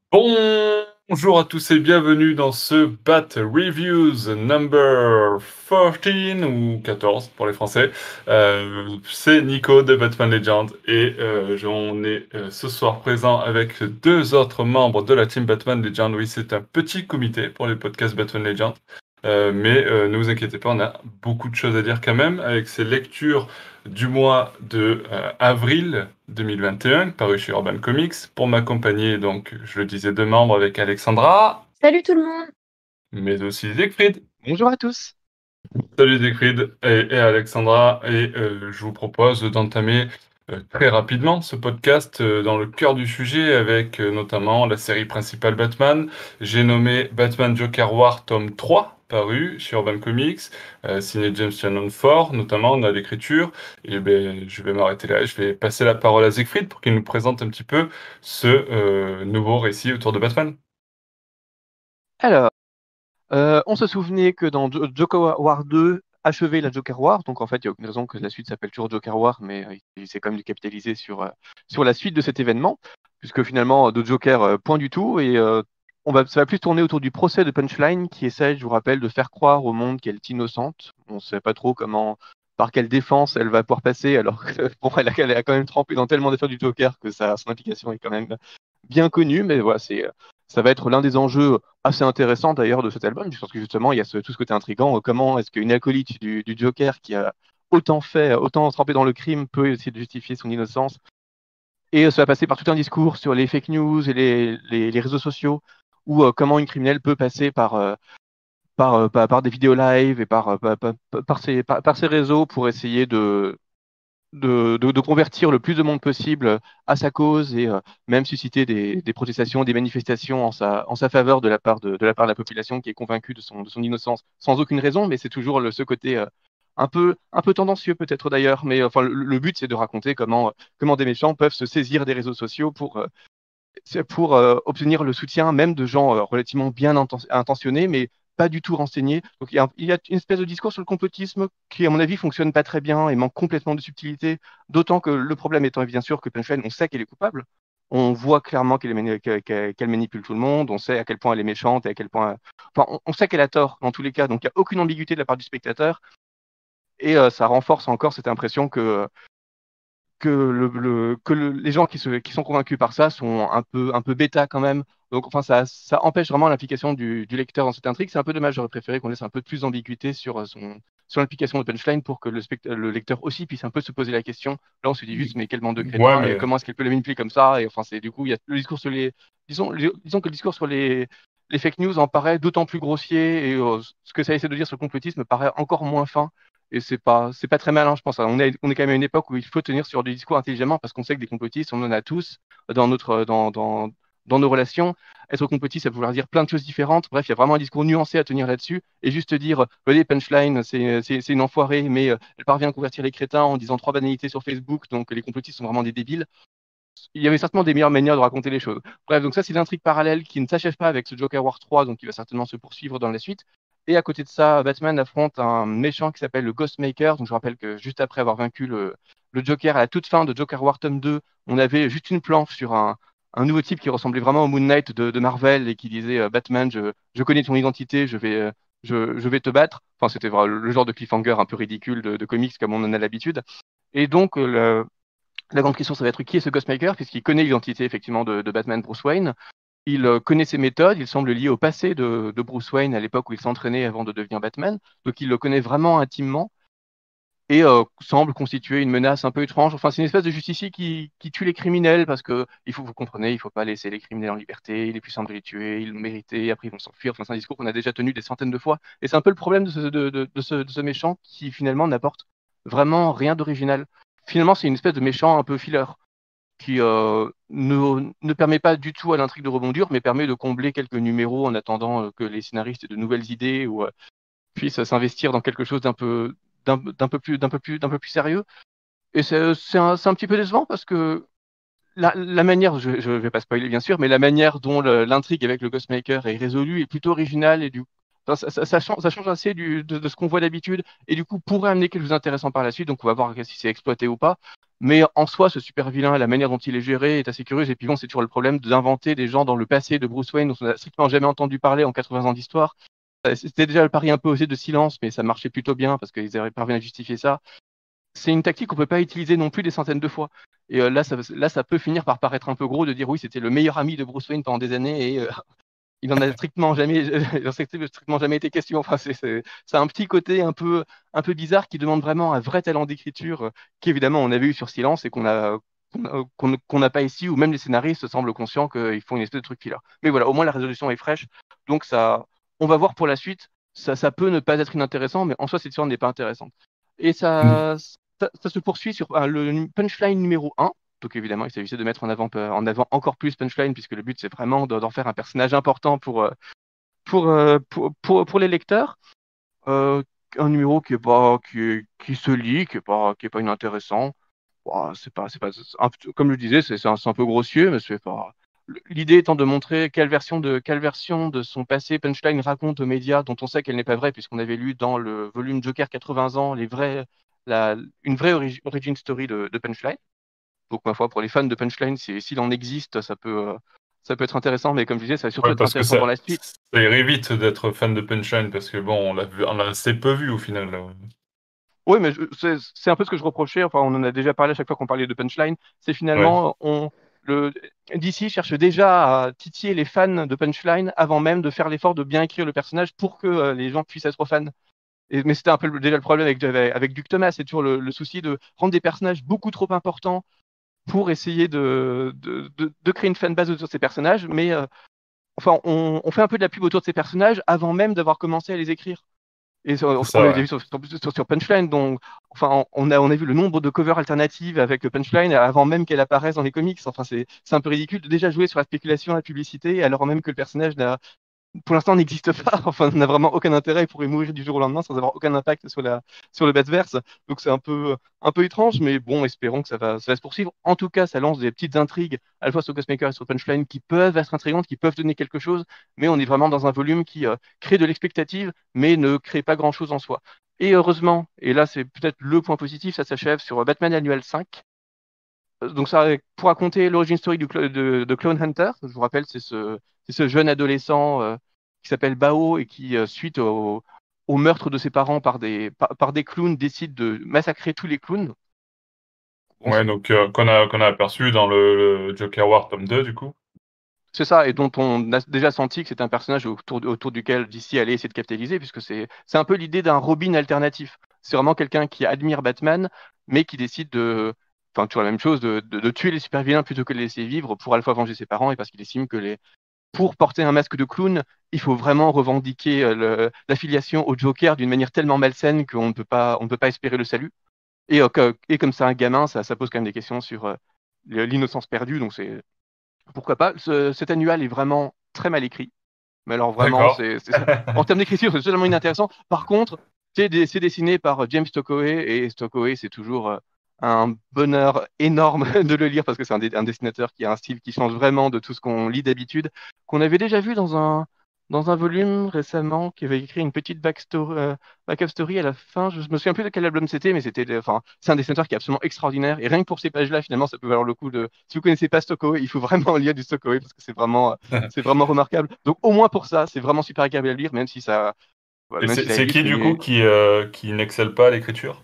Bonjour à tous et bienvenue dans ce Bat Reviews number 14 ou 14 pour les Français. C'est Nico de Batman Legend et on est ce soir présent avec deux autres membres de la team Batman Legend. Oui, c'est un petit comité pour les podcasts Batman Legend. Mais ne vous inquiétez pas, on a beaucoup de choses à dire quand même avec ces lectures du mois de avril 2021, paru chez Urban Comics. Pour m'accompagner, donc, je le disais, deux membres avec Alexandra, Salut tout le monde! mais aussi Siegfried. Bonjour à tous. Salut Siegfried et Alexandra. Et je vous propose d'entamer très rapidement ce podcast dans le cœur du sujet avec notamment la série principale Batman. J'ai nommé Batman Joker War tome 3, paru chez Urban Comics, signé James Tynion IV, notamment à l'écriture. Et ben, je vais m'arrêter là. Je vais passer la parole à Siegfried pour qu'il nous présente un petit peu ce nouveau récit autour de Batman. Alors, on se souvenait que dans Joker War 2, achevé la Joker War, donc en fait, il n'y a aucune raison que la suite s'appelle toujours Joker War, mais il s'est quand même capitalisé sur la suite de cet événement, puisque finalement, de Joker, point du tout, et ça va plus tourner autour du procès de Punchline, qui essaie, je vous rappelle, de faire croire au monde qu'elle est innocente. On ne sait pas trop par quelle défense elle va pouvoir passer, alors que bon, elle a quand même trempé dans tellement d'affaires du Joker que son implication est quand même bien connue, mais voilà, ça va être l'un des enjeux assez intéressants d'ailleurs de cet album, parce que justement, il y a tout ce côté intriguant. Comment est-ce qu'une acolyte du Joker qui a autant fait, autant trempé dans le crime peut essayer de justifier son innocence? Et ça va passer par tout un discours sur les fake news et les réseaux sociaux, ou comment une criminelle peut passer par des vidéos live et par ces réseaux pour essayer de convertir le plus de monde possible à sa cause et même susciter des protestations, des manifestations en sa faveur de la part de la population qui est convaincue de son innocence sans aucune raison, mais c'est toujours ce côté un peu tendancieux peut-être d'ailleurs, mais enfin le but c'est de raconter comment des méchants peuvent se saisir des réseaux sociaux pour obtenir le soutien même de gens relativement bien intentionnés, mais pas du tout renseignés. Donc il y a une espèce de discours sur le complotisme qui, à mon avis, fonctionne pas très bien et manque complètement de subtilité, d'autant que le problème étant bien sûr que Punchline, on sait qu'elle est coupable. On voit clairement qu'elle manipule tout le monde, on sait à quel point elle est méchante et à quel point... Enfin, on sait qu'elle a tort dans tous les cas, donc il n'y a aucune ambiguïté de la part du spectateur, et ça renforce encore cette impression que les gens qui sont convaincus par ça sont un peu bêta quand même. Donc, enfin, ça empêche vraiment l'implication du lecteur dans cette intrigue. C'est un peu dommage, j'aurais préféré qu'on laisse un peu plus d'ambiguïté sur l'implication de Punchline pour que le lecteur aussi puisse un peu se poser la question. Là, on se dit juste, mais quelle bande de Ouais, crétins, et mais comment est-ce qu'elle peut la manipuler comme ça? Et enfin, du coup, il y a le discours sur disons que le discours sur les fake news en paraît d'autant plus grossier et ce que ça essaie de dire sur le complotisme paraît encore moins fin. Et c'est pas très malin, je pense. On est quand même à une époque où il faut tenir sur du discours intelligemment parce qu'on sait que des complotistes, on en a tous dans dans nos relations. Être complotiste, ça veut vouloir dire plein de choses différentes. Bref, il y a vraiment un discours nuancé à tenir là-dessus. Et juste dire, les punchlines, c'est une enfoirée, mais elle parvient à convertir les crétins en disant trois banalités sur Facebook, donc les complotistes sont vraiment des débiles. Il y avait certainement des meilleures manières de raconter les choses. Bref, donc ça, c'est l'intrigue parallèle qui ne s'achève pas avec ce Joker War 3, donc qui va certainement se poursuivre dans la suite. Et à côté de ça, Batman affronte un méchant qui s'appelle le Ghostmaker. Donc je rappelle que juste après avoir vaincu le Joker à la toute fin de Joker War tome 2, on avait juste une planche sur un nouveau type qui ressemblait vraiment au Moon Knight de Marvel et qui disait Batman, je connais ton identité, je vais te battre. Enfin, c'était vraiment le genre de cliffhanger un peu ridicule de comics comme on en a l'habitude. Et donc, la grande question, ça va être qui est ce Ghostmaker, puisqu'il connaît l'identité effectivement de Batman Bruce Wayne. Il connaît ses méthodes, il semble lié au passé de Bruce Wayne à l'époque où il s'entraînait avant de devenir Batman. Donc il le connaît vraiment intimement et semble constituer une menace un peu étrange. Enfin, c'est une espèce de justicier qui tue les criminels parce que vous comprenez, il faut pas laisser les criminels en liberté, il est plus simple de les tuer, ils le méritaient, après ils vont s'enfuir. Enfin, c'est un discours qu'on a déjà tenu des centaines de fois. Et c'est un peu le problème de ce méchant qui finalement n'apporte vraiment rien d'original. Finalement, c'est une espèce de méchant un peu filler qui ne permet pas du tout à l'intrigue de rebondir, mais permet de combler quelques numéros en attendant que les scénaristes aient de nouvelles idées ou puissent s'investir dans quelque chose d'un peu plus sérieux. Et c'est un petit peu décevant parce que la manière, je ne vais pas spoiler bien sûr, mais la manière dont l'intrigue avec le Ghostmaker est résolue est plutôt originale et enfin, ça change assez de ce qu'on voit d'habitude et du coup pourrait amener quelque chose d'intéressant par la suite. Donc on va voir si c'est exploité ou pas. Mais en soi, ce super vilain, la manière dont il est géré est assez curieuse. Et puis bon, c'est toujours le problème d'inventer des gens dans le passé de Bruce Wayne dont on n'a strictement jamais entendu parler en 80 ans d'histoire. C'était déjà le pari un peu osé de silence, mais ça marchait plutôt bien parce qu'ils avaient parvenu à justifier ça. C'est une tactique qu'on peut pas utiliser non plus des centaines de fois. Et là, ça peut finir par paraître un peu gros de dire oui, c'était le meilleur ami de Bruce Wayne pendant des années et il en a strictement jamais, il en a strictement jamais été question. Enfin, c'est un petit côté un peu bizarre qui demande vraiment un vrai talent d'écriture qu'évidemment on avait eu sur Silence et qu'on n'a pas ici, où même les scénaristes semblent conscients qu'ils font une espèce de truc filler. Mais voilà, au moins la résolution est fraîche, donc ça, on va voir pour la suite. Ça peut ne pas être inintéressant, mais en soi cette histoire n'est pas intéressante. Et ça se poursuit sur le punchline numéro un. Donc évidemment, il s'agissait de mettre en avant encore plus Punchline, puisque le but c'est vraiment d'en faire un personnage important pour les lecteurs. Euh, un numéro qui se lit, qui est pas inintéressant. Bon, comme je disais, c'est un peu grossier, mais c'est pas. L'idée étant de montrer quelle version de son passé Punchline raconte aux médias, dont on sait qu'elle n'est pas vraie, puisqu'on avait lu dans le volume Joker 80 ans une vraie origin story de Punchline. Donc, ma foi, pour les fans de Punchline, s'il en existe, ça peut être intéressant, mais comme je disais, ça va surtout Ouais, être parce que intéressant pour la suite. ça irait vite d'être fan de Punchline, parce que bon, on l'a assez peu vu au final. Oui, mais c'est un peu ce que je reprochais, enfin, on en a déjà parlé à chaque fois qu'on parlait de Punchline, c'est Ouais, finalement, le, DC cherche déjà à titiller les fans de Punchline avant même de faire l'effort de bien écrire le personnage pour que les gens puissent être fans. Mais c'était un peu déjà le problème avec Duke Thomas, c'est toujours le souci de rendre des personnages beaucoup trop importants pour essayer de créer une fanbase autour de ces personnages, mais enfin, on fait un peu de la pub autour de ces personnages avant même d'avoir commencé à les écrire. Et c'est on ça, l'a ouais. vu sur Punchline, donc enfin, on a vu le nombre de covers alternatives avec Punchline avant même qu'elle apparaisse dans les comics. Enfin, c'est un peu ridicule de déjà jouer sur la spéculation, la publicité, alors même que le personnage pour l'instant n'existe pas. Enfin, n'a vraiment aucun intérêt. Il pourrait mourir du jour au lendemain sans avoir aucun impact sur le Batverse. Donc c'est un peu étrange, mais bon, espérons que ça va se poursuivre. En tout cas, ça lance des petites intrigues, à la fois sur Ghostmaker et sur Punchline, qui peuvent être intrigantes, qui peuvent donner quelque chose, mais on est vraiment dans un volume qui crée de l'expectative, mais ne crée pas grand-chose en soi. Et heureusement, et là c'est peut-être le point positif, ça s'achève sur Batman Annual 5. Donc ça, pour raconter l'origin story de Clone Hunter, je vous rappelle, c'est ce jeune adolescent qui s'appelle Bao et qui, suite au meurtre de ses parents par des clowns, décide de massacrer tous les clowns. Bon, Ouais, donc qu'on a aperçu dans le Joker War tome 2 du coup. c'est ça, et dont on a déjà senti que c'est un personnage autour duquel DC allait essayer de capitaliser, puisque c'est un peu l'idée d'un Robin alternatif. C'est vraiment quelqu'un qui admire Batman, mais qui décide enfin, toujours la même chose, de tuer les super-vilains plutôt que de les laisser vivre pour à la fois venger ses parents et parce qu'il estime que pour porter un masque de clown, il faut vraiment revendiquer l'affiliation au Joker d'une manière tellement malsaine on ne peut pas espérer le salut. Et comme c'est un gamin, ça pose quand même des questions sur l'innocence perdue, donc c'est pourquoi pas. Cet annual est vraiment très mal écrit. Mais alors vraiment, D'accord. en termes d'écriture, c'est totalement inintéressant. Par contre, c'est dessiné par James Stokoway et Stokoway, c'est toujours un bonheur énorme de le lire parce que c'est un dessinateur qui a un style qui change vraiment de tout ce qu'on lit d'habitude, qu'on avait déjà vu dans un volume récemment, qui avait écrit une petite backup story à la fin. Je me souviens plus de quel album c'était, mais enfin, c'est un dessinateur qui est absolument extraordinaire. Et rien que pour ces pages-là, finalement, ça peut valoir le coup de. Si vous connaissez pas Stokoway, il faut vraiment lire du Stokoway parce que c'est vraiment remarquable. Donc au moins pour ça, c'est vraiment super agréable à lire, même si Et même si la c'est qui ellipse du coup est. qui n'excelle pas à l'écriture?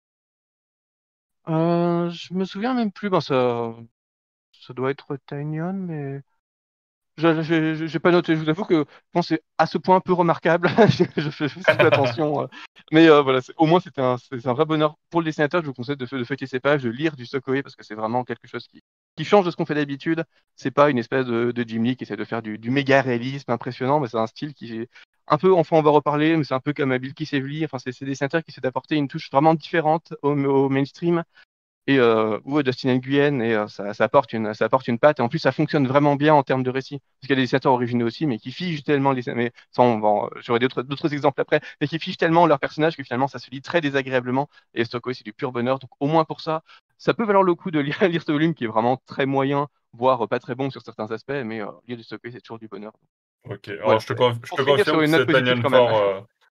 Je me souviens même plus. Ben, ça doit être Tinyon, mais j'ai pas noté. Je vous avoue que bon, c'est à ce point peu remarquable. Je fais surtout attention. Mais voilà, au moins c'est un vrai bonheur pour le dessinateur. Je vous conseille de feuilleter ces pages, de lire du Stokoway parce que c'est vraiment quelque chose qui change de ce qu'on fait d'habitude. C'est pas une espèce de Jim Lee qui essaie de faire du méga réalisme impressionnant, mais c'est un style qui est un peu, enfin on va reparler, mais c'est un peu comme Bilquis Evely. Enfin, c'est des dessinateurs qui essaient d'apporter une touche vraiment différente au mainstream et ou Dustin Nguyen et ça apporte une patte et en plus ça fonctionne vraiment bien en termes de récit parce qu'il y a des dessinateurs originaux aussi mais qui figent tellement mais ça, j'aurai d'autres exemples après mais qui figent tellement leurs personnages que finalement ça se lit très désagréablement et Stockway c'est du pur bonheur donc au moins pour ça ça peut valoir le coup de lire, lire ce volume qui est vraiment très moyen voire pas très bon sur certains aspects mais lire du Stockway c'est toujours du bonheur. Ok, alors Voilà, je pour te finir sur confirme que une note c'est positive Tanyan quand même. Ford.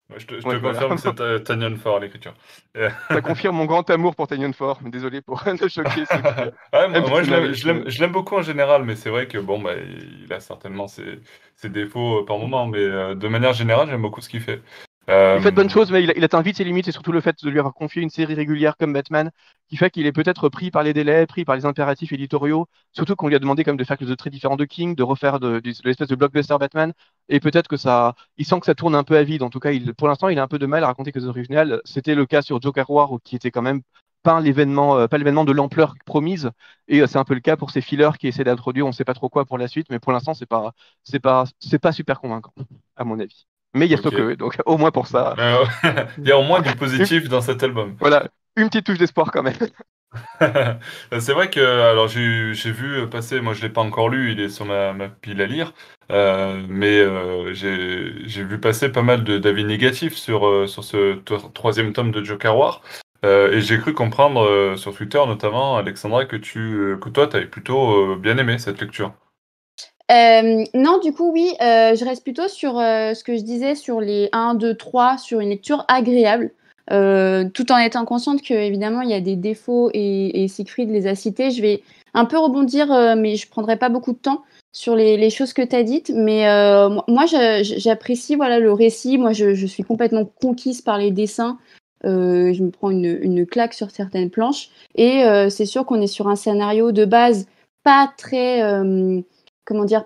Ouais, je te Ouais, voilà. confirme, c'est Tanyan Ford à l'écriture. Et- Ça confirme mon grand amour pour Tanyan Ford, mais désolé pour ne choquer ceux qui Ouais, aiment ce moi scénariste. je l'aime beaucoup en général, mais c'est vrai que bon, bah, il a certainement ses défauts par moment, mais de manière générale, j'aime beaucoup ce qu'il fait. Il fait de bonnes Euh, choses, mais il atteint vite ses limites, et surtout le fait de lui avoir confié une série régulière comme Batman, qui fait qu'il est peut-être pris par les délais, pris par les impératifs éditoriaux, surtout qu'on lui a demandé comme de faire quelque chose de très différent de King, de refaire de l'espèce de blockbuster Batman, et peut-être que ça, il sent que ça tourne un peu à vide. En tout cas, pour l'instant, il a un peu de mal à raconter quelque chose d'original. C'était le cas sur Joker War, qui était quand même pas l'événement de l'ampleur promise, et c'est un peu le cas pour ces fillers qui essaient d'introduire, on ne sait pas trop quoi pour la suite, mais pour l'instant, c'est pas super convaincant, à mon avis. Mais il y a ok. Stokely, donc au moins pour ça. Il y a au moins du Une- positif dans cet album. voilà, une petite touche d'espoir quand même. C'est vrai que alors j'ai vu passer, moi je l'ai pas encore lu, il est sur ma pile à lire, mais j'ai vu passer pas mal d'avis négatifs sur ce troisième tome de Joker War, et j'ai cru comprendre sur Twitter notamment, Alexandra, que toi t'avais plutôt bien aimé cette lecture. Non, du coup, oui, je reste plutôt sur ce que je disais sur les 1, 2, 3, sur une lecture agréable, tout en étant consciente que évidemment il y a des défauts et Siegfried les a cités. Je vais un peu rebondir, mais je prendrai pas beaucoup de temps sur les choses que tu as dites. Mais moi, j'apprécie voilà, le récit. Moi, je suis complètement conquise par les dessins. Je me prends une claque sur certaines planches. Et c'est sûr qu'on est sur un scénario de base pas très comment dire,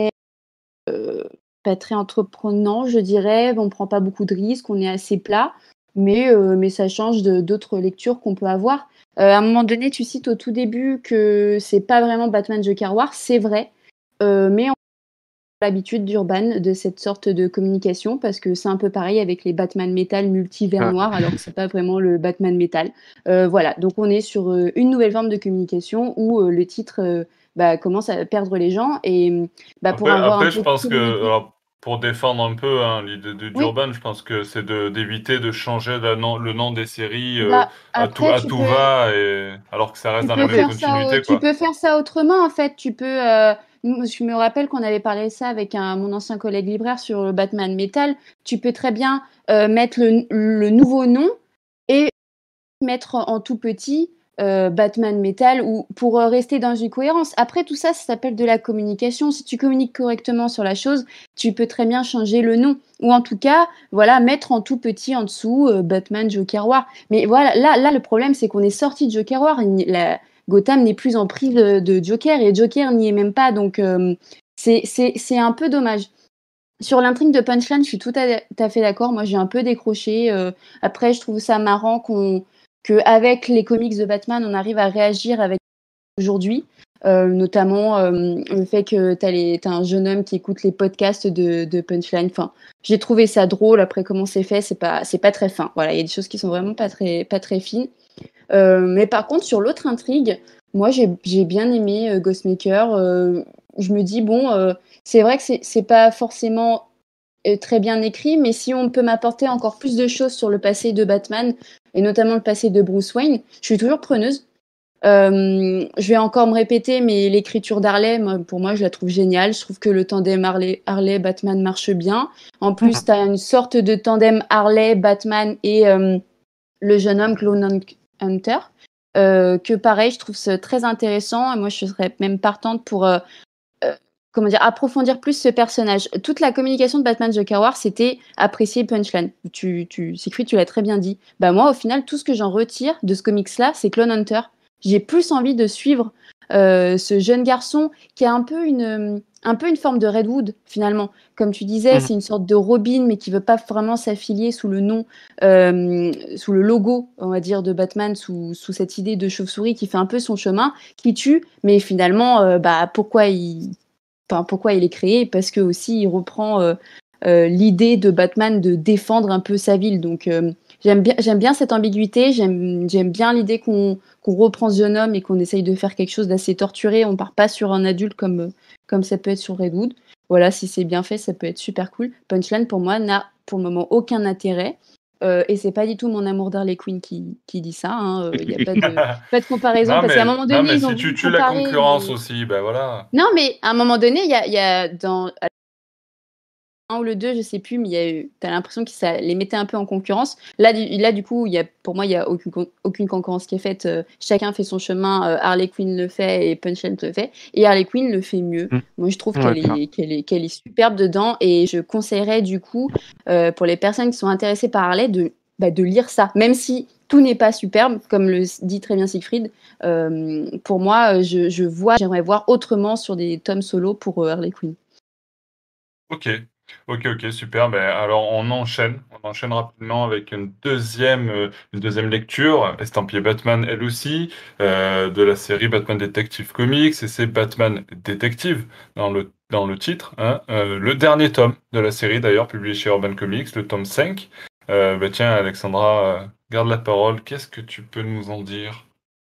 pas très entreprenant, je dirais. On prend pas beaucoup de risques, on est assez plat, mais ça change d'autres lectures qu'on peut avoir. À un moment donné, tu cites au tout début que c'est pas vraiment Batman Joker War, c'est vrai, mais on a l'habitude d'Urban de cette sorte de communication parce que c'est un peu pareil avec les Batman Metal multivers Ah. noir alors que c'est pas vraiment le Batman Metal. Voilà, donc on est sur une nouvelle forme de communication où le titre commence à perdre les gens et pour avoir un Après, je peu pense tous que, les médias. alors, pour défendre un peu hein, l'idée Oui, d'Urban, je pense que c'est d'éviter de changer le nom des séries après à tout va, alors que ça reste tu dans la peux même Après, faire ça, continuité, tu quoi. peux faire ça autrement en fait. Je me rappelle qu'on avait parlé de ça avec mon ancien collègue libraire sur le Batman Metal. Tu peux très bien mettre le nouveau nom et mettre en tout petit Batman Metal ou pour rester dans une cohérence. Après, tout ça, ça s'appelle de la communication. Si tu communiques correctement sur la chose, tu peux très bien changer le nom. Ou en tout cas, voilà, mettre en tout petit en dessous Batman Joker War. Mais voilà, là le problème, c'est qu'on est sorti de Joker War. Gotham n'est plus en prise de Joker et Joker n'y est même pas. Donc, c'est un peu dommage. Sur l'intrigue de Punchline, je suis tout à fait d'accord. Moi, j'ai un peu décroché. Après, je trouve ça marrant qu'avec les comics de Batman, on arrive à réagir avec aujourd'hui. Notamment le fait que t'as un jeune homme qui écoute les podcasts de Punchline. Enfin, j'ai trouvé ça drôle. Après, comment c'est fait, c'est pas très fin. Voilà, il y a des choses qui sont vraiment pas très fines. Mais par contre, sur l'autre intrigue, moi, j'ai bien aimé Ghostmaker. Je me dis, bon, c'est vrai que c'est pas forcément très bien écrit, mais si on peut m'apporter encore plus de choses sur le passé de Batman, et notamment le passé de Bruce Wayne, je suis toujours preneuse. Je vais encore me répéter, mais l'écriture d'Harley, pour moi, je la trouve géniale. Je trouve que le tandem Harley-Batman marche bien. En plus, tu as une sorte de tandem Harley-Batman et le jeune homme Clone Hunter, que pareil, je trouve ça très intéressant. Et moi, je serais même partante pour euh, comment dire, approfondir plus ce personnage. Toute la communication de Batman Joker War, c'était apprécier Punchline. Siegfried, tu l'as très bien dit. Bah moi, au final, tout ce que j'en retire de ce comics-là, c'est Clone Hunter. J'ai plus envie de suivre ce jeune garçon qui a un peu une forme de Redwood, finalement. Comme tu disais, mhm. c'est une sorte de Robin, mais qui veut pas vraiment s'affilier sous le nom, sous le logo, on va dire, de Batman, sous cette idée de chauve-souris qui fait un peu son chemin, qui tue, mais finalement, pourquoi il est créé? Parce que aussi il reprend l'idée de Batman de défendre un peu sa ville. Donc j'aime bien cette ambiguïté, j'aime bien l'idée qu'on reprend ce jeune homme et qu'on essaye de faire quelque chose d'assez torturé. On part pas sur un adulte comme ça peut être sur Redwood. Voilà, si c'est bien fait, ça peut être super cool. Punchline pour moi n'a pour le moment aucun intérêt. Et c'est pas du tout mon amour d'Harley Quinn qui dit ça. Il n'y a pas de comparaison parce qu'à un moment Non, donné, mais ils ont si tu voulu tues la comparer, concurrence mais aussi, ben voilà. non, mais à un moment donné, il y a dans 1 ou le 2, je sais plus, mais tu as l'impression que ça les mettait un peu en concurrence. Là, du coup, pour moi, il n'y a aucune concurrence qui est faite. Chacun fait son chemin. Harley Quinn le fait et Punch-Out le fait. Et Harley Quinn le fait mieux. Moi, je trouve Ouais, qu'elle est superbe dedans. Et je conseillerais, du coup, pour les personnes qui sont intéressées par Harley, de lire ça. Même si tout n'est pas superbe, comme le dit très bien Siegfried, pour moi, j'aimerais voir autrement sur des tomes solo pour Harley Quinn. Ok, ok, super. Ben, alors on enchaîne rapidement avec une deuxième lecture, estampillée Batman elle aussi, de la série Batman Detective Comics, et c'est Batman Detective dans le titre, hein. Le dernier tome de la série d'ailleurs, publié chez Urban Comics, le tome 5. Ben tiens, Alexandra, garde la parole. Qu'est-ce que tu peux nous en dire?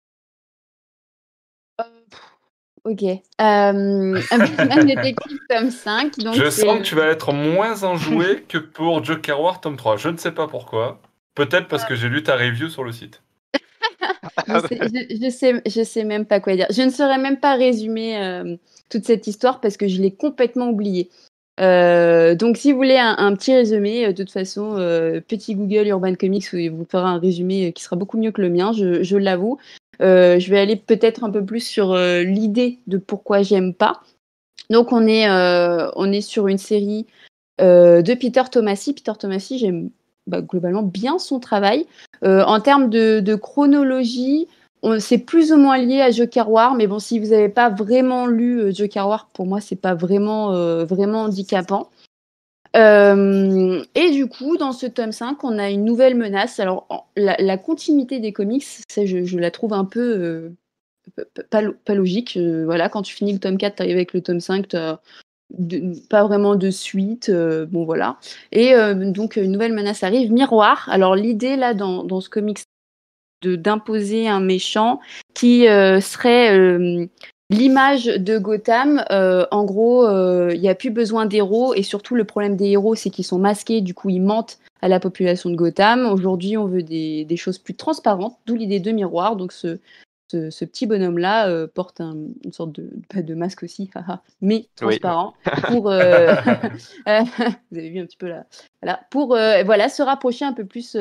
Ok. Batman Detective tome 5. Donc Je c'est sens que tu vas être moins enjoué que pour Joker War tome 3. Je ne sais pas pourquoi. Peut-être parce que j'ai lu ta review sur le site. je sais même pas quoi dire. Je ne saurais même pas résumer toute cette histoire parce que je l'ai complètement oubliée. Donc si vous voulez un petit résumé, de toute façon, petit Google Urban Comics vous fera un résumé qui sera beaucoup mieux que le mien, je l'avoue. Je vais aller peut-être un peu plus sur l'idée de pourquoi j'aime pas. Donc on est sur une série de Peter Tomasi. Peter Tomasi, j'aime globalement bien son travail. En termes de chronologie, c'est plus ou moins lié à Joker War, mais bon, si vous n'avez pas vraiment lu Joker War, pour moi, c'est pas vraiment handicapant. Et du coup, dans ce tome 5, on a une nouvelle menace. Alors, la continuité des comics, je la trouve un peu pas logique. Voilà, quand tu finis le tome 4, tu arrives avec le tome 5, pas vraiment de suite, bon voilà. Et donc une nouvelle menace arrive, Miroir. Alors l'idée là dans ce comics d'imposer un méchant qui serait l'image de Gotham. En gros, il n'y a plus besoin d'héros et surtout le problème des héros, c'est qu'ils sont masqués, du coup ils mentent à la population de Gotham. Aujourd'hui, on veut des choses plus transparentes, d'où l'idée de Miroir. Donc ce petit bonhomme-là porte une sorte de masque aussi, mais Oui. transparent, pour, vous avez vu un petit peu là, voilà, pour voilà, se rapprocher un peu plus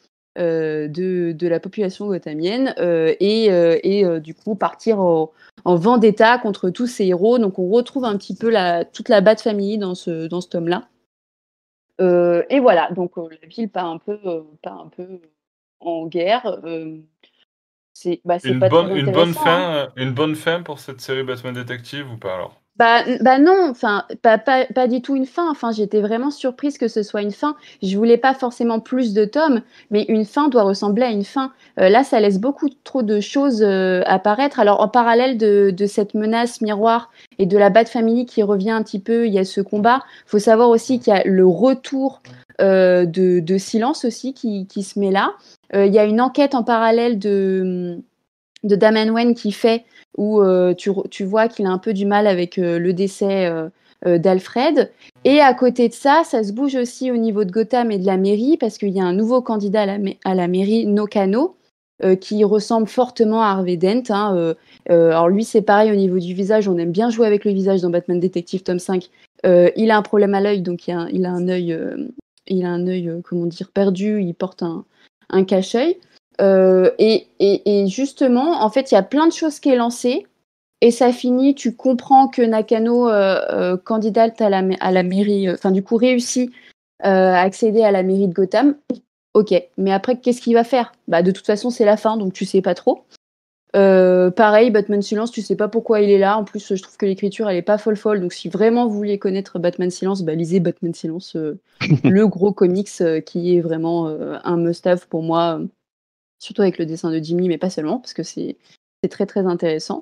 de la population gothamienne et du coup partir en vendetta contre tous ces héros. Donc on retrouve un petit peu toute la Bat Family dans ce tome-là. Et voilà, donc la ville part un peu en guerre. C'est pas très intéressant, hein. Une bonne fin pour cette série Batman Detective ou pas alors? Bah non, enfin, pas du tout une fin. Enfin, j'étais vraiment surprise que ce soit une fin. Je voulais pas forcément plus de tomes, mais une fin doit ressembler à une fin. Là, ça laisse beaucoup trop de choses apparaître. Alors, en parallèle de cette menace miroir et de la Bat Family qui revient un petit peu, il y a ce combat. Il faut savoir aussi qu'il y a le retour de Silence aussi qui se met là. Il y a une enquête en parallèle de Damian Wayne qui fait où tu vois qu'il a un peu du mal avec le décès d'Alfred. Et à côté de ça, ça se bouge aussi au niveau de Gotham et de la mairie parce qu'il y a un nouveau candidat à la mairie, Nakano, qui ressemble fortement à Harvey Dent, hein. Alors lui, c'est pareil au niveau du visage. On aime bien jouer avec le visage dans Batman Detective tome 5. Il a un problème à l'œil, donc il a un œil, comment dire, perdu. Il porte un cache-œil. Et justement, en fait, il y a plein de choses qui est lancée et ça finit, tu comprends que Nakano, candidate à la mairie, enfin du coup réussit à accéder à la mairie de Gotham. Ok, mais après, qu'est-ce qu'il va faire? Bah, de toute façon, c'est la fin, donc tu sais pas trop. Pareil, Batman Silence, tu sais pas pourquoi il est là. En plus, je trouve que l'écriture, elle est pas folle. Donc, si vraiment vous voulez connaître Batman Silence, bah, lisez Batman Silence, le gros comics qui est vraiment un must-have pour moi, surtout avec le dessin de Jimmy, mais pas seulement, parce que c'est très très intéressant.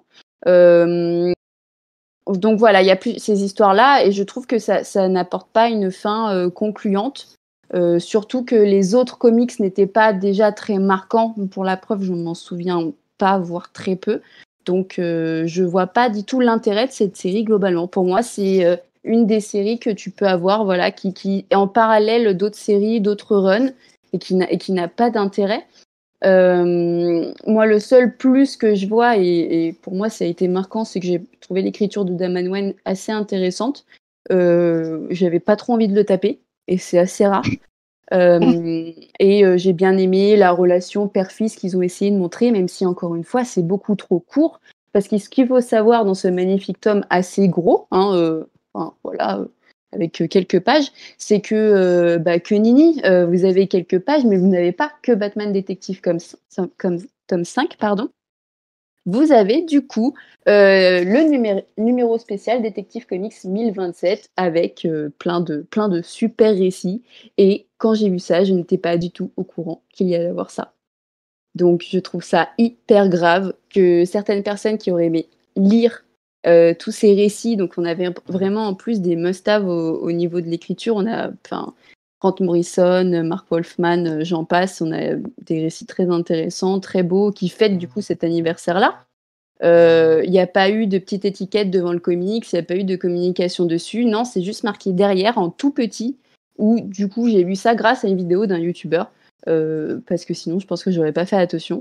Donc voilà, il y a plus ces histoires-là, et je trouve que ça n'apporte pas une fin concluante. Surtout que les autres comics n'étaient pas déjà très marquants. Pour la preuve, je ne m'en souviens pas, voire très peu. Donc je vois pas du tout l'intérêt de cette série globalement. Pour moi, c'est une des séries que tu peux avoir, voilà, qui est en parallèle d'autres séries, d'autres runs, et qui n'a pas d'intérêt. Moi, le seul plus que je vois, et pour moi ça a été marquant, c'est que j'ai trouvé l'écriture de Damian Wayne assez intéressante. J'avais pas trop envie de le taper, et c'est assez rare. J'ai bien aimé la relation père-fils qu'ils ont essayé de montrer, même si encore une fois c'est beaucoup trop court. Parce que ce qu'il faut savoir dans ce magnifique tome assez gros, hein, voilà, avec quelques pages, c'est que Nini, vous avez quelques pages, mais vous n'avez pas que Batman Détective comme tome 5, pardon. Vous avez du coup le numéro spécial Détective Comics 1027 avec plein de super récits. Et quand j'ai vu ça, je n'étais pas du tout au courant qu'il y allait avoir ça. Donc je trouve ça hyper grave que certaines personnes qui auraient aimé lire tous ces récits, donc on avait vraiment en plus des must-have au niveau de l'écriture. On a Grant Morrison, Mark Wolfman, j'en passe. On a des récits très intéressants, très beaux, qui fêtent du coup cet anniversaire-là. Il n'y a pas eu de petite étiquette devant le comics, il n'y a pas eu de communication dessus. Non, c'est juste marqué derrière en tout petit, où du coup j'ai vu ça grâce à une vidéo d'un youtubeur, parce que sinon je pense que j'aurais pas fait attention.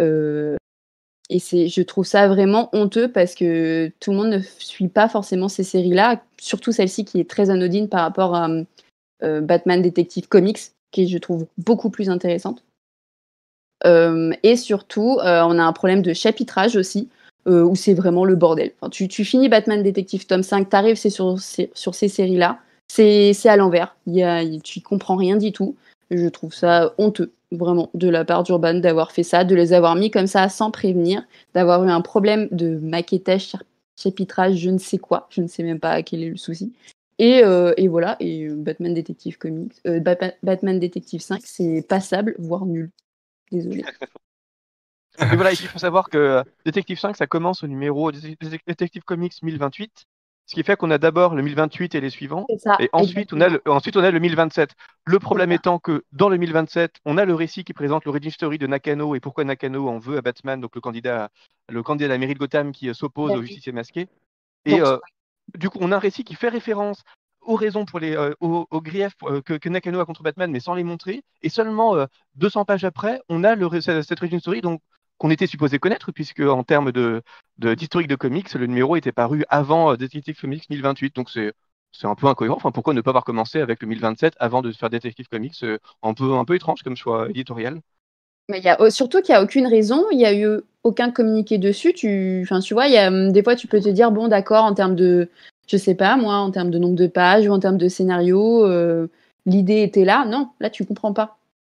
Je trouve ça vraiment honteux parce que tout le monde ne suit pas forcément ces séries-là, surtout celle-ci qui est très anodine par rapport à Batman Detective Comics, qui est, je trouve, beaucoup plus intéressante. Et surtout, on a un problème de chapitrage aussi, où c'est vraiment le bordel. Enfin, tu finis Batman Detective tome 5, t'arrives sur ces séries-là, c'est à l'envers. Tu comprends rien du tout. Je trouve ça honteux, vraiment, de la part d'Urban d'avoir fait ça, de les avoir mis comme ça sans prévenir, d'avoir eu un problème de maquettage, chapitrage, je ne sais quoi, je ne sais même pas quel est le souci. Et voilà, Batman Detective Comics, Batman Detective 5, c'est passable, voire nul. Désolée. Mais voilà, ici, il faut savoir que Détective 5, ça commence au numéro Détective Comics 1028, ce qui fait qu'on a d'abord le 1028 et les suivants, C'est ça, et ensuite on a le 1027. Le problème étant que dans le 1027, on a le récit qui présente l'origin story de Nakano et pourquoi Nakano en veut à Batman, donc le candidat à la mairie de Gotham qui s'oppose au justicier masqué. Et Donc, du coup, on a un récit qui fait référence aux raisons aux griefs que Nakano a contre Batman, mais sans les montrer. Et seulement 200 pages après, on a cette origin story qu'on était supposé connaître, puisque en termes d'historique de comics, le numéro était paru avant Detective Comics 1028. Donc c'est un peu incohérent. Enfin, pourquoi ne pas avoir commencé avec le 1027 avant de faire Detective Comics un peu étrange comme choix éditorial. mais surtout qu'il n'y a aucune raison, il n'y a eu aucun communiqué dessus. Tu vois, des fois, tu peux te dire, bon, d'accord, en termes de, je sais pas, moi, en termes de nombre de pages ou en termes de scénario, l'idée était là. Non, là, tu comprends pas.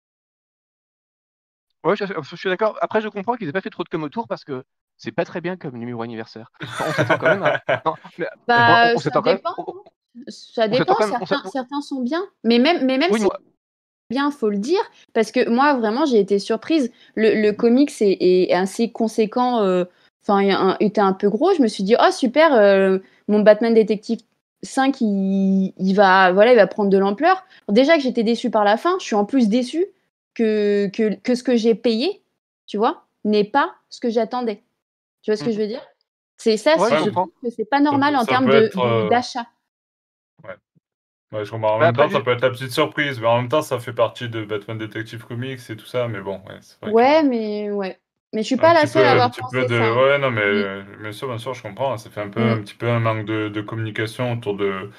Ouais, je suis d'accord. Après, je comprends qu'ils aient pas fait trop de com autour parce que c'est pas très bien comme numéro anniversaire. Enfin, on s'attend quand même à. Non, mais on Ça s'attend quand même. dépend. Ça On s'attend dépend. quand même. Certains sont bien. Mais même Oui, si moi. bien, faut le dire, parce que moi, vraiment, j'ai été surprise. Le comics est assez conséquent, était un peu gros. Je me suis dit, oh super, mon Batman Détective 5, voilà, il va prendre de l'ampleur. Déjà que j'étais déçue par la fin, je suis en plus déçue que ce que j'ai payé, tu vois, n'est pas ce que j'attendais. Tu vois ce que je veux dire? C'est ça, Ouais, je je comprends. trouve que c'est pas normal en Ça termes peut être. d'achat. Ouais. Ouais, je comprends. En Bah, même après, temps, ça peut être la petite surprise, mais en même temps, ça fait partie de Batman Detective Comics et tout ça. Mais bon, ouais, c'est vrai que. Ouais, mais ouais. Mais je suis pas la seule à Un avoir petit peu pensé de. ça, hein. Ouais, non, mais Mm. bien sûr, je comprends. Ça fait un Mm. petit peu un manque de communication autour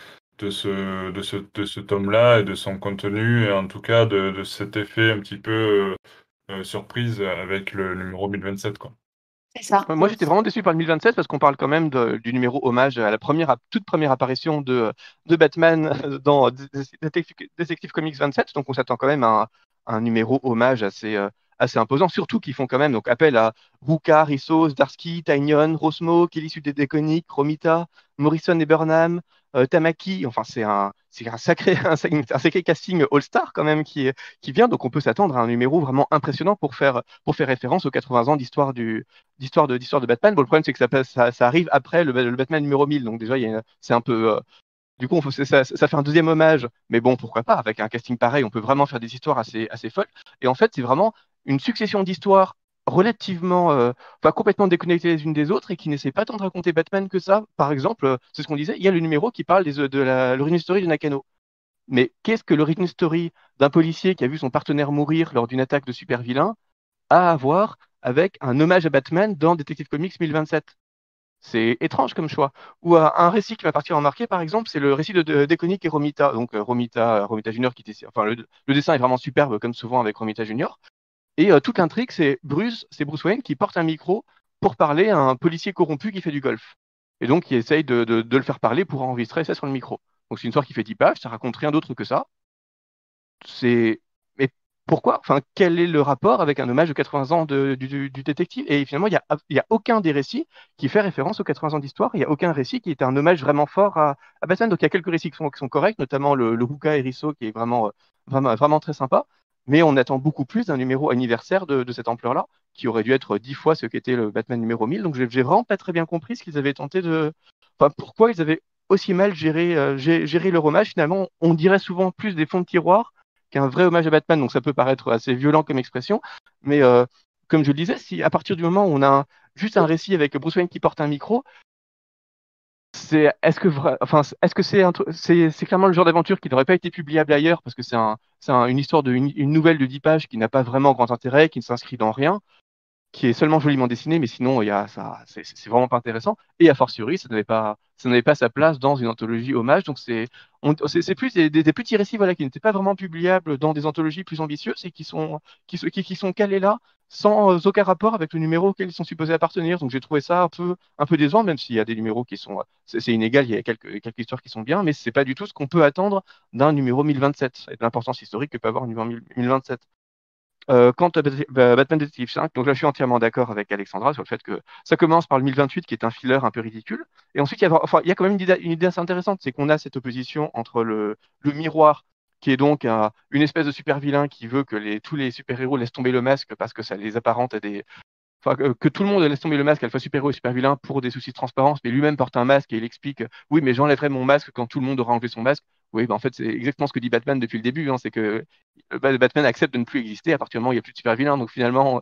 de ce tome-là et de son contenu, et en tout cas de cet effet un petit peu surprise avec le numéro 1027, quoi. C'est ça. moi, j'étais vraiment déçu par le 1027 parce qu'on parle quand même du numéro hommage à la toute première apparition de Batman dans Detective Comics 27. Donc, on s'attend quand même à un numéro hommage assez imposant. Surtout qu'ils font quand même donc appel à Ruka, Rissos, Darsky, Tynion, Rosmo, Kelly Sue Deconic, Romita, Morrison et Burnham, Tamaki. Enfin, c'est un sacré, un sacré casting all-star quand même qui vient. Donc, on peut s'attendre à un numéro vraiment impressionnant pour faire référence aux 80 ans d'histoire de Batman. Bon, le problème, c'est que ça arrive après le Batman numéro 1000. Donc, déjà, c'est un peu. Du coup, ça fait un deuxième hommage. Mais bon, pourquoi pas? Avec un casting pareil, on peut vraiment faire des histoires assez folles. Et en fait, c'est vraiment une succession d'histoires relativement. Pas complètement déconnectées les unes des autres et qui n'essaient pas tant de raconter Batman que ça. Par exemple, c'est ce qu'on disait, il y a le numéro qui parle de l'origin story de Nakano. Mais qu'est-ce que l'origin story d'un policier qui a vu son partenaire mourir lors d'une attaque de super-vilain à voir avec un hommage à Batman dans Detective Comics 1027? C'est étrange comme choix. Ou un récit qui m'a particulièrement marqué, par exemple, c'est le récit de Déconic et Romita. Donc Romita Junior qui était, enfin le dessin est vraiment superbe comme souvent avec Romita Junior. Et toute l'intrigue, c'est Bruce Wayne qui porte un micro pour parler à un policier corrompu qui fait du golf. Et donc, il essaye de le faire parler pour enregistrer ça sur le micro. Donc, c'est une histoire qui fait 10 pages, ça raconte rien d'autre que ça. C'est. Mais pourquoi? Enfin, quel est le rapport avec un hommage aux 80 ans du détective? Et finalement, il y a aucun des récits qui fait référence aux 80 ans d'histoire. Il n'y a aucun récit qui est un hommage vraiment fort à Batman. Donc, il y a quelques récits qui sont corrects, notamment le Ruka Erisso qui est vraiment très sympa. Mais on attend beaucoup plus d'un numéro anniversaire de cette ampleur-là, qui aurait dû être 10 fois ce qu'était le Batman numéro 1000. Donc, j'ai vraiment pas très bien compris ce qu'ils avaient tenté de. Enfin, pourquoi ils avaient aussi mal géré leur hommage. Finalement, on dirait souvent plus des fonds de tiroir qu'un vrai hommage à Batman. Donc, ça peut paraître assez violent comme expression. Mais comme je le disais, si à partir du moment où on a juste un récit avec Bruce Wayne qui porte un micro, est-ce que c'est clairement le genre d'aventure qui n'aurait pas été publiable ailleurs parce que une histoire une nouvelle de 10 pages qui n'a pas vraiment grand intérêt, qui ne s'inscrit dans rien, qui est seulement joliment dessiné, mais sinon c'est vraiment pas intéressant. Et a fortiori, ça n'avait pas sa place dans une anthologie hommage. Donc c'est plus des petits récits voilà, qui n'étaient pas vraiment publiables dans des anthologies plus ambitieuses et qui sont calés là sans aucun rapport avec le numéro auquel ils sont supposés appartenir. Donc j'ai trouvé ça un peu décevant, même s'il y a des numéros qui sont c'est inégal, il y a quelques histoires qui sont bien, mais c'est pas du tout ce qu'on peut attendre d'un numéro 1027 et de l'importance historique que peut avoir un numéro 1027. Quant à Batman Detective 5, donc là je suis entièrement d'accord avec Alexandra sur le fait que ça commence par le 1028 qui est un filler un peu ridicule, et ensuite il y a quand même une idée assez intéressante, c'est qu'on a cette opposition entre le miroir, qui est donc une espèce de super vilain qui veut que tous les super-héros laissent tomber le masque parce que ça les apparente à des. Enfin, que tout le monde laisse tomber le masque, à la fois super-héros et super-vilain, pour des soucis de transparence, mais lui-même porte un masque et il explique oui, mais j'enlèverai mon masque quand tout le monde aura enlevé son masque. Oui, bah, en fait, c'est exactement ce que dit Batman depuis le début, hein, c'est que Batman accepte de ne plus exister à partir du moment où il n'y a plus de super-vilain. Donc finalement,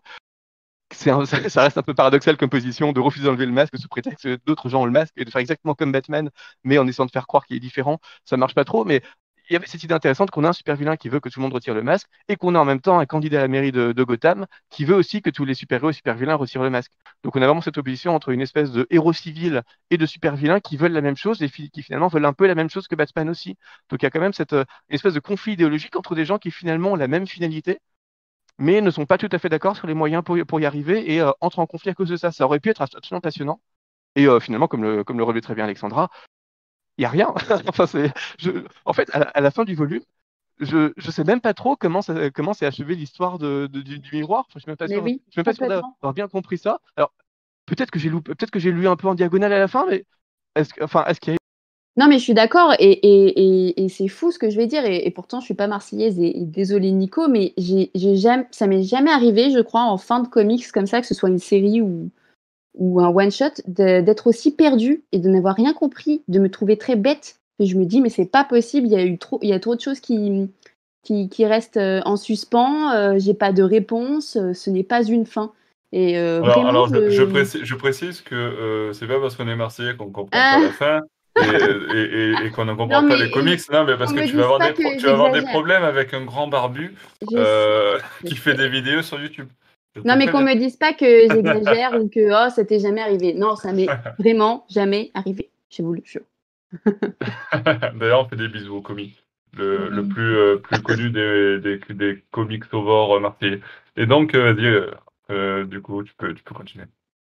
ça reste un peu paradoxal comme position de refuser d'enlever le masque sous prétexte que d'autres gens ont le masque et de faire exactement comme Batman, mais en essayant de faire croire qu'il est différent. Ça marche pas trop, mais il y avait cette idée intéressante qu'on a un super vilain qui veut que tout le monde retire le masque et qu'on a en même temps un candidat à la mairie de Gotham qui veut aussi que tous les super-héros et super-vilains retirent le masque. Donc on a vraiment cette opposition entre une espèce de héros civil et de super-vilains qui veulent la même chose et qui finalement veulent un peu la même chose que Batman aussi. Donc il y a quand même cette espèce de conflit idéologique entre des gens qui finalement ont la même finalité mais ne sont pas tout à fait d'accord sur les moyens pour y arriver et entrent en conflit à cause de ça. Ça aurait pu être absolument passionnant. Et finalement, comme le relevait très bien Alexandra, il n'y a rien. Enfin, en fait, à la fin du volume, je ne sais même pas trop comment s'est achevée l'histoire du miroir. Enfin, je ne suis même pas Mais sûr, oui, je suis même pas sûr complètement. d'avoir bien compris ça. Alors, peut-être que j'ai lu un peu en diagonale à la fin, mais est-ce qu'il y a. Non, mais je suis d'accord et c'est fou ce que je vais dire et pourtant je suis pas marseillaise et désolée Nico, mais ça m'est jamais arrivé, je crois, en fin de comics comme ça, que ce soit une série ou un one shot, d'être aussi perdue et de n'avoir rien compris, de me trouver très bête. Et je me dis mais c'est pas possible, il y a trop de choses qui restent en suspens, j'ai pas de réponse, ce n'est pas une fin. Et Alors, vraiment alors je précise que c'est pas parce qu'on est Marseillais qu'on comprend pas la Ah, fin et qu'on ne non comprend pas les mais comics. Non, mais qu'on parce que me dise pas que tu vas avoir des j'exagère. problèmes avec un grand barbu Je sais, je qui fait des sais. vidéos sur YouTube. Je te Non, mais qu'on préviens. me dise pas que j'exagère ou que oh, ça t'est jamais arrivé. Non, ça m'est vraiment jamais arrivé. Je vous le jure. D'ailleurs, on fait des bisous au comics. Le Oui. plus connu des comics sauveurs marseillais. Et donc, vas-y, du coup, tu peux continuer.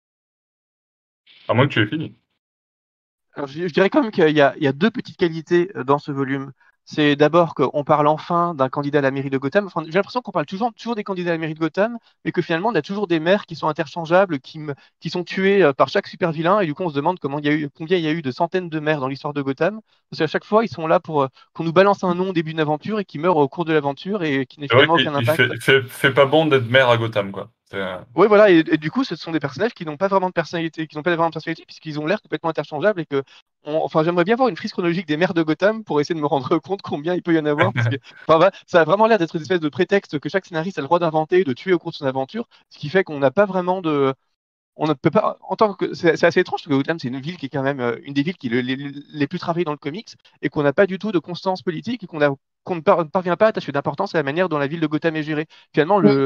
À moins que tu aies fini. Alors, je dirais quand même qu'il y a deux petites qualités dans ce volume. C'est d'abord qu'on parle enfin d'un candidat à la mairie de Gotham. Enfin, j'ai l'impression qu'on parle toujours des candidats à la mairie de Gotham, mais que finalement, on a toujours des maires qui sont interchangeables, qui sont tués par chaque super vilain. Et du coup, on se demande combien il y a eu de centaines de maires dans l'histoire de Gotham. Parce qu'à chaque fois, ils sont là pour qu'on nous balance un nom au début d'une aventure et qui meurt au cours de l'aventure et qui n'a C'est vrai finalement qu'il aucun impact. fait pas bon d'être maire à Gotham, quoi. Oui, voilà, et du coup, ce sont des personnages qui n'ont pas vraiment de personnalité, puisqu'ils ont l'air complètement interchangeables et que, enfin, j'aimerais bien voir une frise chronologique des maires de Gotham pour essayer de me rendre compte combien il peut y en avoir, parce que, enfin, ça a vraiment l'air d'être une espèce de prétexte que chaque scénariste a le droit d'inventer, de tuer au cours de son aventure, ce qui fait qu'on n'a pas vraiment on ne peut pas, en tant que, c'est assez étrange parce que Gotham, c'est une ville qui est quand même une des villes qui est les plus travaillées dans le comics et qu'on n'a pas du tout de constance politique et qu'on ne parvient pas à attacher d'importance à la manière dont la ville de Gotham est gérée. Finalement, Oui.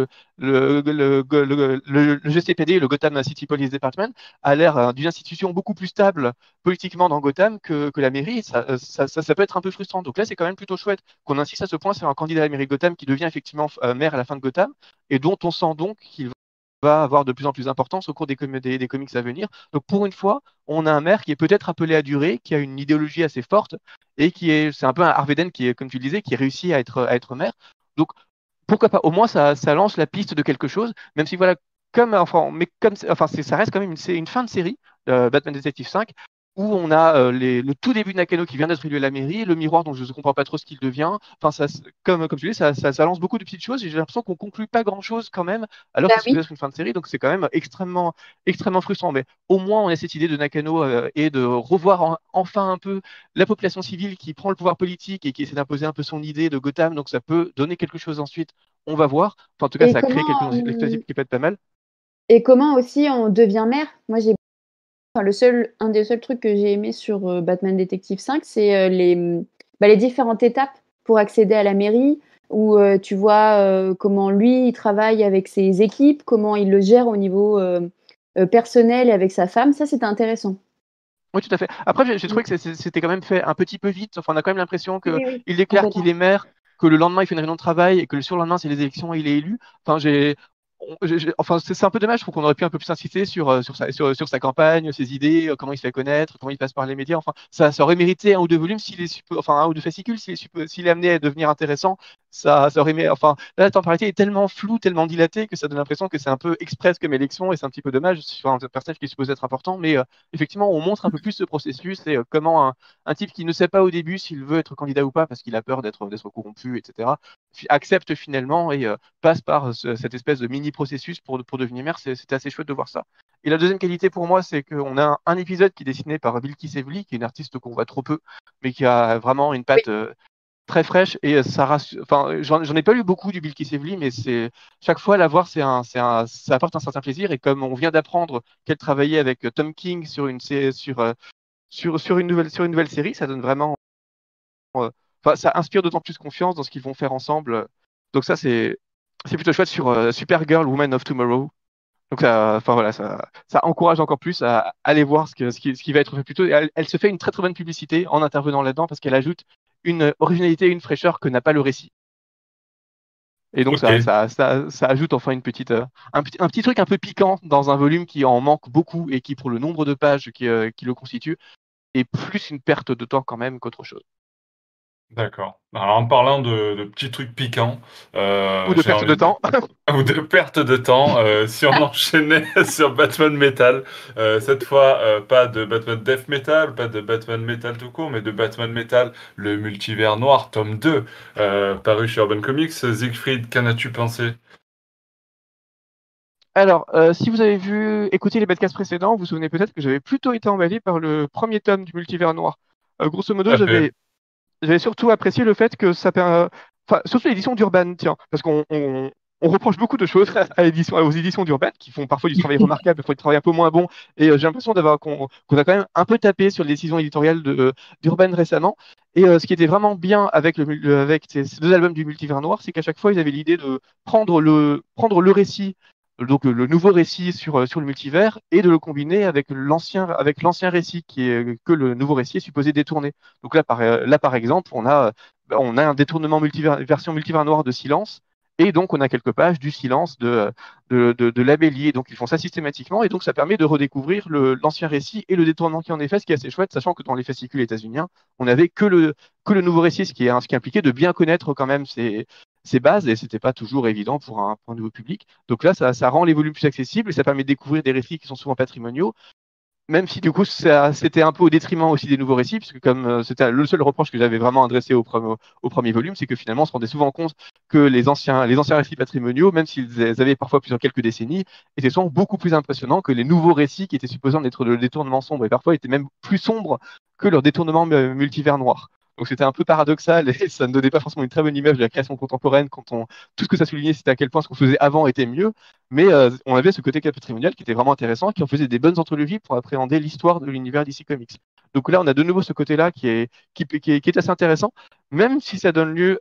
le GCPD, le Gotham City Police Department, a l'air d'une institution beaucoup plus stable politiquement dans Gotham que la mairie. Ça peut être un peu frustrant. Donc là, c'est quand même plutôt chouette qu'on insiste à ce point sur un candidat à la mairie de Gotham qui devient effectivement maire à la fin de Gotham et dont on sent donc qu'il va avoir de plus en plus d'importance au cours des comics à venir. Donc pour une fois, on a un maire qui est peut-être appelé à durer, qui a une idéologie assez forte et c'est un peu un Harvey Dent qui est, comme tu le disais, qui réussit à être maire. Donc pourquoi pas? Au moins, ça lance la piste de quelque chose, même si voilà, ça reste quand même une fin de série, Batman Detective 5, où on a le tout début de Nakano qui vient d'être élu à la mairie, le miroir dont je ne comprends pas trop ce qu'il devient. Enfin, comme tu dis, ça lance beaucoup de petites choses et j'ai l'impression qu'on conclut pas grand-chose quand même, alors Bah que c'est oui. supposé être une fin de série, donc c'est quand même extrêmement, extrêmement frustrant. Mais au moins, on a cette idée de Nakano et de revoir enfin un peu la population civile qui prend le pouvoir politique et qui essaie d'imposer un peu son idée de Gotham, donc ça peut donner quelque chose ensuite. On va voir. Enfin, en tout cas, Et ça a créé quelque comment, chose qui peut être pas mal. et comment aussi on devient maire? Moi, enfin, un des seuls trucs que j'ai aimé sur Batman Detective 5, c'est les différentes étapes pour accéder à la mairie, où tu vois comment lui, il travaille avec ses équipes, comment il le gère au niveau personnel et avec sa femme. Ça, c'était intéressant. Oui, tout à fait. Après, j'ai Mm. trouvé que c'était quand même fait un petit peu vite. Enfin, on a quand même l'impression Oui, qu'il oui, oui, déclare qu'il complètement. est maire, que le lendemain, il fait une réunion de travail et que le surlendemain, c'est les élections et il est élu. Enfin, enfin, c'est un peu dommage. Je trouve qu'on aurait pu un peu plus insister sur sa campagne, ses idées, comment il se fait connaître, comment il passe par les médias. Enfin, ça aurait mérité un ou deux volumes enfin, un ou deux fascicules s'il est amené à devenir intéressant. Ça aurait enfin, là, la temporalité est tellement floue, tellement dilatée que ça donne l'impression que c'est un peu express comme élection et c'est un petit peu dommage sur un personnage qui est supposé être important. Mais effectivement, on montre un peu plus ce processus et comment un type qui ne sait pas au début s'il veut être candidat ou pas parce qu'il a peur d'être corrompu, etc., accepte finalement et passe par cette espèce de mini-processus pour devenir maire. C'était assez chouette de voir ça. Et la deuxième qualité pour moi, c'est qu'on a un épisode qui est dessiné par Bilkis Evely, qui est une artiste qu'on voit trop peu, mais qui a vraiment une Oui. patte très fraîche et ça rassure. Enfin, j'en ai pas lu beaucoup du Bilkis Evely, mais c'est chaque fois la voir, ça apporte un certain plaisir. Et comme on vient d'apprendre qu'elle travaillait avec Tom King sur une nouvelle série, ça donne vraiment, enfin, ça inspire d'autant plus confiance dans ce qu'ils vont faire ensemble. Donc ça, c'est plutôt chouette sur Supergirl, Woman of Tomorrow. Donc enfin voilà, ça encourage encore plus à aller voir ce qui va être fait plus tôt. Et elle se fait une très très bonne publicité en intervenant là-dedans parce qu'elle ajoute une originalité, une fraîcheur que n'a pas le récit. Et donc Ok, ça ajoute enfin un petit truc un peu piquant dans un volume qui en manque beaucoup et qui, pour le nombre de pages qui le constitue, est plus une perte de temps quand même qu'autre chose. d'accord. Alors, en parlant de petits trucs piquants, Ou de j'ai perte de envie de temps. ou de perte de temps, si on enchaînait sur Batman Metal, cette fois, pas de Batman Death Metal, pas de Batman Metal tout court, mais de Batman Metal, le multivers noir, tome 2, paru chez Urban Comics. Siegfried, qu'en as-tu pensé? Alors, si vous avez écouté les podcasts précédents, vous vous souvenez peut-être que j'avais plutôt été emballé par le premier tome du Multivers Noir. Grosso Tout modo, à fait. j'avais surtout apprécié le fait que enfin, surtout l'édition d'Urban, tiens, parce on reproche beaucoup de choses aux éditions d'Urban, qui font parfois du travail remarquable, parfois du travail un peu moins bon, et j'ai l'impression qu'on a quand même un peu tapé sur les décisions éditoriales d'Urban récemment. Et ce qui était vraiment bien avec avec ces deux albums du Multivers Noir, c'est qu'à chaque fois, ils avaient l'idée de prendre le récit, donc le nouveau récit sur le multivers, et de le combiner avec l'ancien récit que le nouveau récit est supposé détourner. Donc là, par exemple, on a un détournement version multivers noir de Silence, et donc on a quelques pages du Silence de Labellier. Donc ils font ça systématiquement, et donc ça permet de redécouvrir l'ancien récit et le détournement qui en est fait, ce qui est assez chouette, sachant que dans les fascicules états-uniens, on n'avait que le nouveau récit, ce qui impliquait de bien connaître quand même ces bases, et c'était pas toujours évident pour un nouveau public. Donc là, ça rend les volumes plus accessibles et ça permet de découvrir des récits qui sont souvent patrimoniaux, même si du coup c'était un peu au détriment aussi des nouveaux récits, puisque comme c'était le seul reproche que j'avais vraiment adressé au premier volume, c'est que finalement on se rendait souvent compte que les anciens récits patrimoniaux, même s'ils avaient parfois plusieurs quelques décennies, étaient souvent beaucoup plus impressionnants que les nouveaux récits qui étaient supposés en être de détournement sombre et parfois étaient même plus sombres que leur détournement multivers noir. Donc c'était un peu paradoxal et ça ne donnait pas forcément une très bonne image de la création contemporaine quand tout ce que ça soulignait, c'était à quel point ce qu'on faisait avant était mieux. Mais on avait ce côté patrimonial qui était vraiment intéressant, qui en faisait des bonnes anthologies pour appréhender l'histoire de l'univers DC Comics. Donc là, on a de nouveau ce côté-là qui est assez intéressant, même si ça donne lieu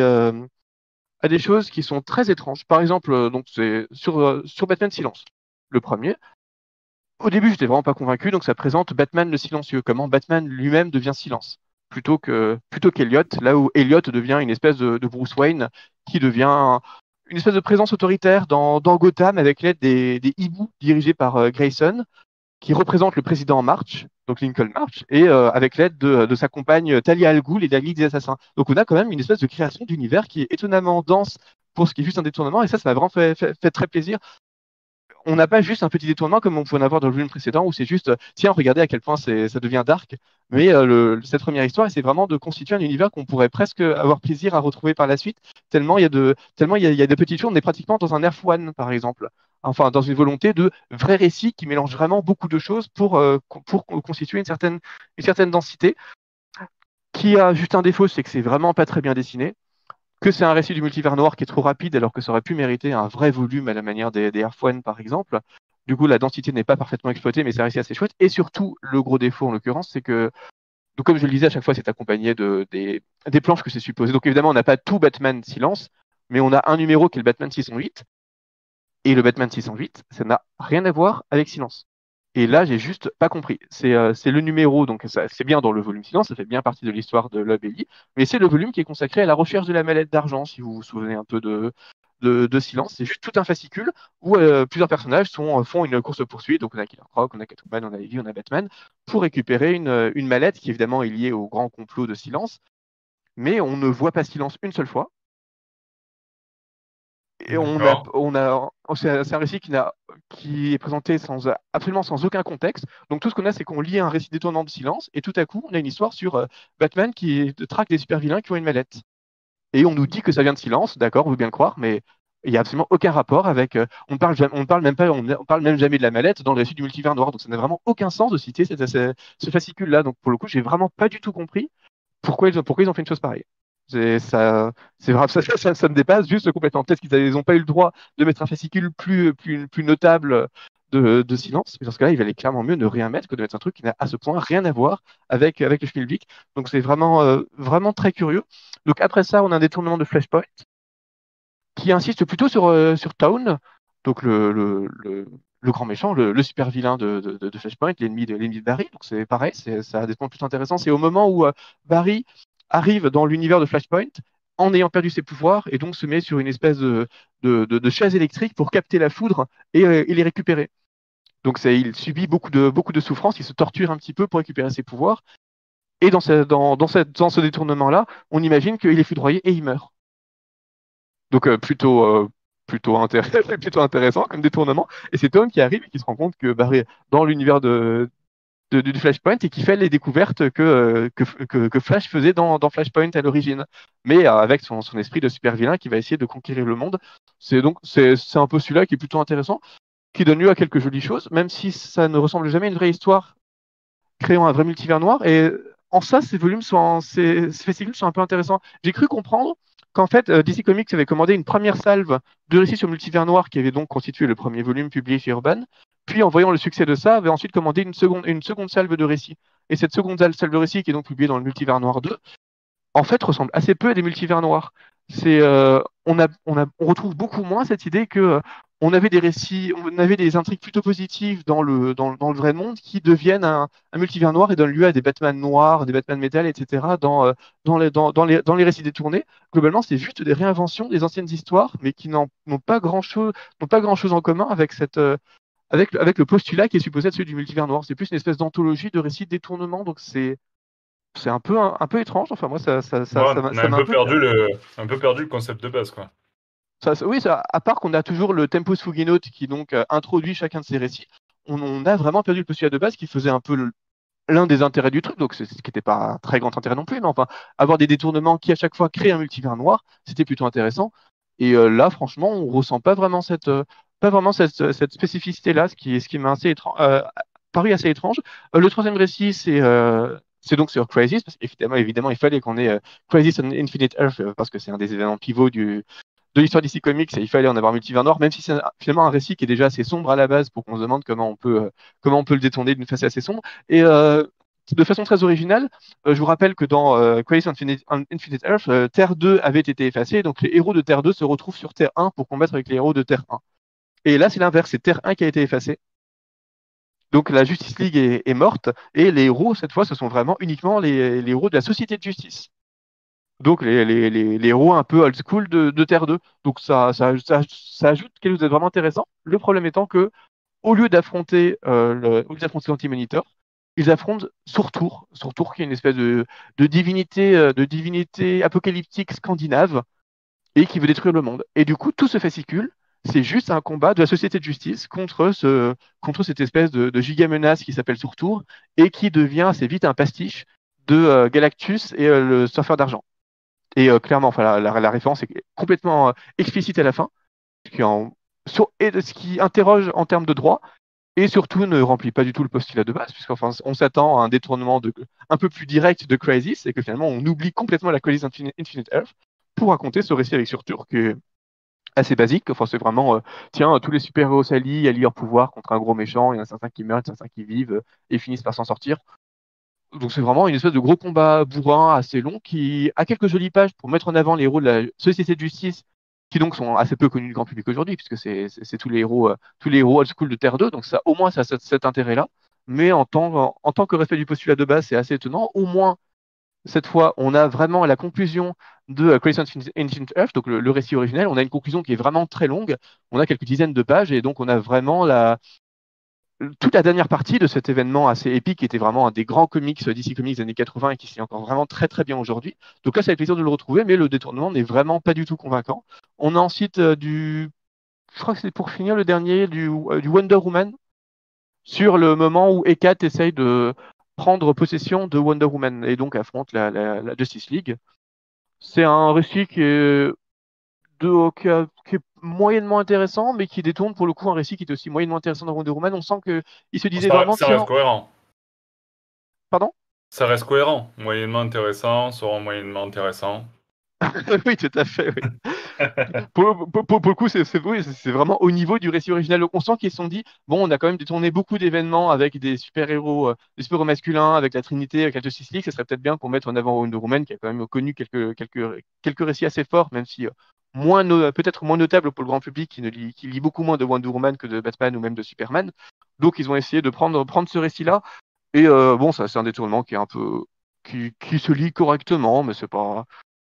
à des choses qui sont très étranges. Par exemple, donc c'est sur Batman Silence, le premier. Au début, j'étais vraiment pas convaincu, donc ça présente Batman le silencieux, comment Batman lui-même devient silence, plutôt qu'Elliot, là où Elliot devient une espèce de Bruce Wayne qui devient une espèce de présence autoritaire dans Gotham avec l'aide des hiboux dirigés par Grayson, qui représente le président en marche, donc Lincoln March, et avec l'aide de sa compagne Talia al Ghul et de la Ligue des Assassins. Donc on a quand même une espèce de création d'univers qui est étonnamment dense pour ce qui est juste un détournement, et ça m'a vraiment fait très plaisir. On n'a pas juste un petit détournement comme on pouvait en avoir dans le volume précédent où c'est juste, tiens, regardez à quel point ça devient dark. Mais cette première histoire, c'est vraiment de constituer un univers qu'on pourrait presque avoir plaisir à retrouver par la suite, tellement il y a de petites choses. On est pratiquement dans un F1, par exemple. Enfin, dans une volonté de vrai récit qui mélange vraiment beaucoup de choses pour constituer une certaine densité. Qui a juste un défaut, c'est que c'est vraiment pas très bien dessiné, que c'est un récit du multivers noir qui est trop rapide alors que ça aurait pu mériter un vrai volume à la manière des Earth par exemple. Du coup, la densité n'est pas parfaitement exploitée, mais c'est un récit assez chouette. Et surtout, le gros défaut en l'occurrence, c'est que, donc, comme je le disais, à chaque fois, c'est accompagné des planches que c'est supposé. Donc évidemment, on n'a pas tout Batman Silence, mais on a un numéro qui est le Batman 608. Et le Batman 608, ça n'a rien à voir avec Silence. Et là, j'ai juste pas compris. C'est le numéro, donc c'est bien dans le volume Silence, ça fait bien partie de l'histoire de l'abbaye, mais c'est le volume qui est consacré à la recherche de la mallette d'argent, si vous vous souvenez un peu de Silence. C'est juste tout un fascicule où plusieurs personnages font une course-poursuite. Donc on a Killer Croc, on a Catwoman, on a Ivy, on a Batman, pour récupérer une mallette qui évidemment est liée au grand complot de Silence, mais on ne voit pas Silence une seule fois. Et D'accord. c'est un récit qui est présenté absolument sans aucun contexte. Donc tout ce qu'on a, c'est qu'on lit un récit détournant de Silence, et tout à coup, on a une histoire sur Batman qui traque des super vilains qui ont une mallette. Et on nous dit que ça vient de Silence, d'accord, on veut bien le croire, mais il n'y a absolument aucun rapport avec. On parle même jamais de la mallette dans le récit du multivers noir. Donc ça n'a vraiment aucun sens de citer ce fascicule-là. Donc pour le coup, j'ai vraiment pas du tout compris pourquoi ils ont fait une chose pareille. C'est vrai, ça me dépasse juste complètement. Peut-être qu'ils n'ont pas eu le droit de mettre un fascicule plus notable de Silence, mais dans ce cas-là, il valait clairement mieux ne rien mettre que de mettre un truc qui n'a à ce point rien à voir avec le Schmilblick. Donc c'est vraiment très curieux. Donc après ça, on a un détournement de Flashpoint qui insiste plutôt sur Town, donc le grand méchant, le super vilain de Flashpoint, l'ennemi de Barry. Donc c'est pareil, ça a des points plutôt intéressants. C'est au moment où Barry arrive dans l'univers de Flashpoint en ayant perdu ses pouvoirs et donc se met sur une espèce de chaise électrique pour capter la foudre et les récupérer. Donc il subit beaucoup de souffrances, il se torture un petit peu pour récupérer ses pouvoirs. Et dans ce détournement-là, on imagine qu'il est foudroyé et il meurt. Donc plutôt intéressant comme détournement. Et c'est Tom qui arrive et qui se rend compte que Barry, dans l'univers du Flashpoint, et qui fait les découvertes que Flash faisait dans Flashpoint à l'origine. Mais avec son esprit de super vilain qui va essayer de conquérir le monde. C'est un peu celui-là qui est plutôt intéressant, qui donne lieu à quelques jolies choses, même si ça ne ressemble jamais à une vraie histoire créant un vrai multivers noir. Et en ça, ces fascicules sont un peu intéressants. J'ai cru comprendre qu'en fait, DC Comics avait commandé une première salve de récits sur multivers noir qui avait donc constitué le premier volume publié chez Urban. Puis, en voyant le succès de ça, avait ensuite commandé une seconde salve de récits. Et cette seconde salve de récits, qui est donc publiée dans le Multivers Noir 2, en fait, ressemble assez peu à des multivers noirs. On retrouve beaucoup moins cette idée que on avait des récits, on avait des intrigues plutôt positives dans le vrai monde qui deviennent un multivers noir et donnent lieu à des Batman noirs, des Batman métal, etc. Dans les récits détournés. Globalement, c'est juste des réinventions des anciennes histoires, mais qui n'ont pas grand-chose en commun avec le postulat qui est supposé être celui du multivers noir. C'est plus une espèce d'anthologie de récits de détournement, donc c'est un peu étrange. Enfin, moi, Bon, on a ça un m'a un peu peu perdu le concept de base, quoi. oui, à part qu'on a toujours le Tempus Fuginote qui donc introduit chacun de ces récits, on a vraiment perdu le postulat de base qui faisait un peu l'un des intérêts du truc, donc ce qui n'était pas un très grand intérêt non plus, mais enfin, avoir des détournements qui à chaque fois créent un multivers noir, c'était plutôt intéressant. Et là, franchement, on ressent pas vraiment cette spécificité-là, ce qui m'a paru assez étrange. Le troisième récit, c'est donc sur Crisis, parce qu'évidemment, il fallait qu'on ait Crisis on Infinite Earth, parce que c'est un des événements pivots de l'histoire DC Comics, et il fallait en avoir Multivers Noir, même si c'est finalement un récit qui est déjà assez sombre à la base, pour qu'on se demande comment on peut le détourner d'une façon assez sombre. Et de façon très originale, je vous rappelle que dans Crisis on Infinite Earth, Terre 2 avait été effacée, donc les héros de Terre 2 se retrouvent sur Terre 1 pour combattre avec les héros de Terre 1. Et là, c'est l'inverse, c'est Terre 1 qui a été effacée. Donc la Justice League est morte, et les héros, cette fois, ce sont vraiment uniquement les héros de la Société de Justice. Donc les héros un peu old school de Terre 2. Donc ça ajoute quelque chose de vraiment intéressant. Le problème étant que au lieu d'affronter l'Anti-Monitor, ils affrontent Surtur. Surtur qui est une espèce de divinité apocalyptique scandinave et qui veut détruire le monde. Et du coup, tout ce fascicule, c'est juste un combat de la société de justice contre cette espèce de giga menace qui s'appelle Surtur et qui devient assez vite un pastiche de Galactus et le surfeur d'argent. Et clairement, enfin, la référence est complètement explicite à la fin, ce qui interroge en termes de droit, et surtout ne remplit pas du tout le postulat de base, puisqu'enfin, on s'attend à un détournement un peu plus direct de Crisis, et que finalement, on oublie complètement la Crisis Infinite Earth pour raconter ce récit avec Surtur, qui est assez basique. Enfin, c'est vraiment, tiens, tous les super-héros s'allient, allient leur pouvoir contre un gros méchant, il y en a certains qui meurent, certains qui vivent, et finissent par s'en sortir. Donc c'est vraiment une espèce de gros combat bourrin assez long qui a quelques jolies pages pour mettre en avant les héros de la Société de Justice qui donc sont assez peu connus du grand public aujourd'hui puisque c'est tous les héros old school de Terre 2, donc ça au moins ça a cet intérêt-là. Mais en tant que respect du postulat de base, c'est assez étonnant. Au moins cette fois, on a vraiment la conclusion de Crisis on Infinite Earth, donc le récit originel. On a une conclusion qui est vraiment très longue. On a quelques dizaines de pages et donc on a vraiment toute la dernière partie de cet événement assez épique qui était vraiment un des grands comics DC Comics des années 80 et qui s'y est encore vraiment très très bien aujourd'hui. Donc là, ça fait plaisir de le retrouver, mais le détournement n'est vraiment pas du tout convaincant. On a ensuite je crois que c'est pour finir le dernier, du Wonder Woman, sur le moment où Hecat essaye de prendre possession de Wonder Woman et donc affronte la Justice League. C'est un récit qui est moyennement intéressant, mais qui détourne pour le coup un récit qui était aussi moyennement intéressant dans Wonder Woman. On sent qu'il se disait vraiment, Ça tiens, reste cohérent. pardon? Ça reste cohérent. Moyennement intéressant, sera moyennement intéressant. Oui, tout à fait, oui. Pour le coup, oui, c'est vraiment au niveau du récit original. On sent qu'ils se sont dit, bon, on a quand même détourné beaucoup d'événements avec des super-héros masculins, avec la Trinité, avec la Justice League. Ce serait peut-être bien qu'on mette en avant Wonder Woman, qui a quand même connu quelques récits assez forts, même si peut-être moins notable pour le grand public, qui lit beaucoup moins de Wonder Woman que de Batman ou même de Superman. Donc, ils ont essayé de prendre ce récit-là. Et bon, ça, c'est un détournement qui est un peu qui se lit correctement, mais c'est pas.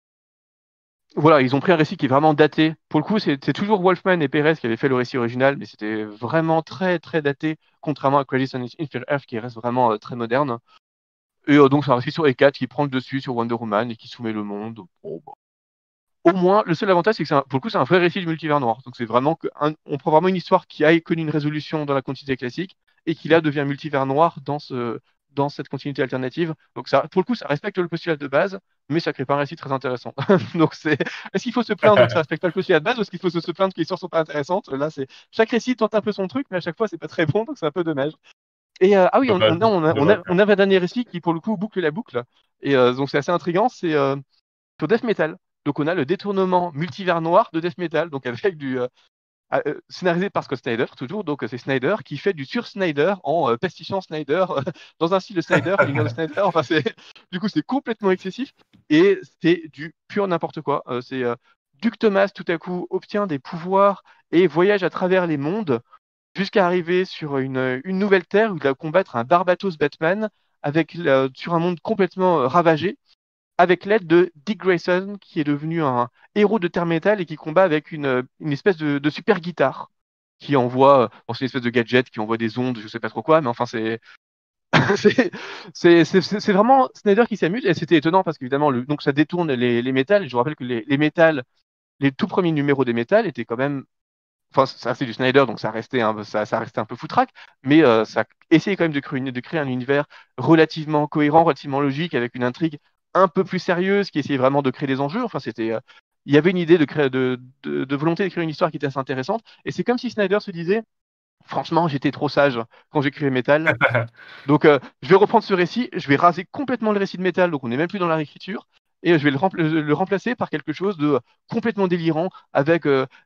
Voilà, ils ont pris un récit qui est vraiment daté. Pour le coup, c'est toujours Wolfman et Perez qui avaient fait le récit original, mais c'était vraiment très très daté, contrairement à Crisis on Infinite Earth qui reste vraiment très moderne. Et donc c'est un récit sur E4 qui prend le dessus sur Wonder Woman et qui soumet le monde. Bon, bon. Au moins, le seul avantage, c'est que pour le coup, c'est un vrai récit du multivers noir. Donc c'est vraiment on prend vraiment une histoire qui a connu une résolution dans la continuité classique et qui là devient multivers noir dans cette continuité alternative. Donc ça, pour le coup, ça respecte le postulat de base, mais ça crée pas un récit très intéressant. Donc est-ce qu'il faut se plaindre que ça respecte pas le postulat de base ou est-ce qu'il faut se plaindre que les histoires sont pas intéressantes? Là, c'est chaque récit tente un peu son truc, mais à chaque fois, c'est pas très bon, donc c'est un peu dommage. Et ah oui, Dommage, dommage. on avait un dernier récit qui pour le coup boucle la boucle. Et donc c'est assez intriguant, c'est sur Death Metal. Donc on a le détournement multivers noir de Death Metal, donc avec scénarisé par Scott Snyder, toujours. Donc c'est Snyder qui fait du sur-Snyder en pastichant Snyder dans un style de Snyder, à l'univers de Snyder. Enfin, du coup, c'est complètement excessif et c'est du pur n'importe quoi. Duke Thomas, tout à coup, obtient des pouvoirs et voyage à travers les mondes jusqu'à arriver sur une nouvelle terre où il va combattre un Barbatos Batman sur un monde complètement ravagé avec l'aide de Dick Grayson, qui est devenu un héros de Terre Metal et qui combat avec une espèce de super guitare qui envoie, c'est une espèce de gadget qui envoie des ondes, je sais pas trop quoi, mais enfin c'est c'est vraiment Snyder qui s'amuse et c'était étonnant parce qu'évidemment donc ça détourne les métals. Et je vous rappelle que les métals, les tout premiers numéros des métals étaient quand même, enfin ça c'est du Snyder donc ça restait un peu foutraque, mais ça essayait quand même de créer un univers relativement cohérent, relativement logique avec une intrigue un peu plus sérieuse qui essayait vraiment de créer des enjeux. Enfin il y avait une idée de volonté de créer une histoire qui était assez intéressante et c'est comme si Snyder se disait franchement, j'étais trop sage quand j'écrivais Metal. Donc, je vais reprendre ce récit, je vais raser complètement le récit de Metal, donc on n'est même plus dans la réécriture, et je vais le remplacer par quelque chose de complètement délirant, avec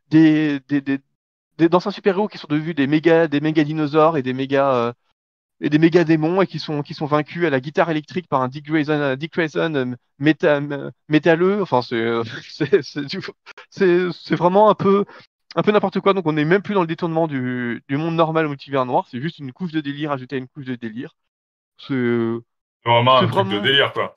des d'anciens super-héros qui sont devenus des méga dinosaures et des méga démons et qui sont vaincus à la guitare électrique par un Dick Grayson métalleux. Enfin, c'est vraiment un peu n'importe quoi. Donc, on n'est même plus dans le détournement du monde normal au multivers noir. C'est juste une couche de délire ajoutée à une couche de délire. C'est C'est vraiment c'est un truc de vraiment. délire, quoi.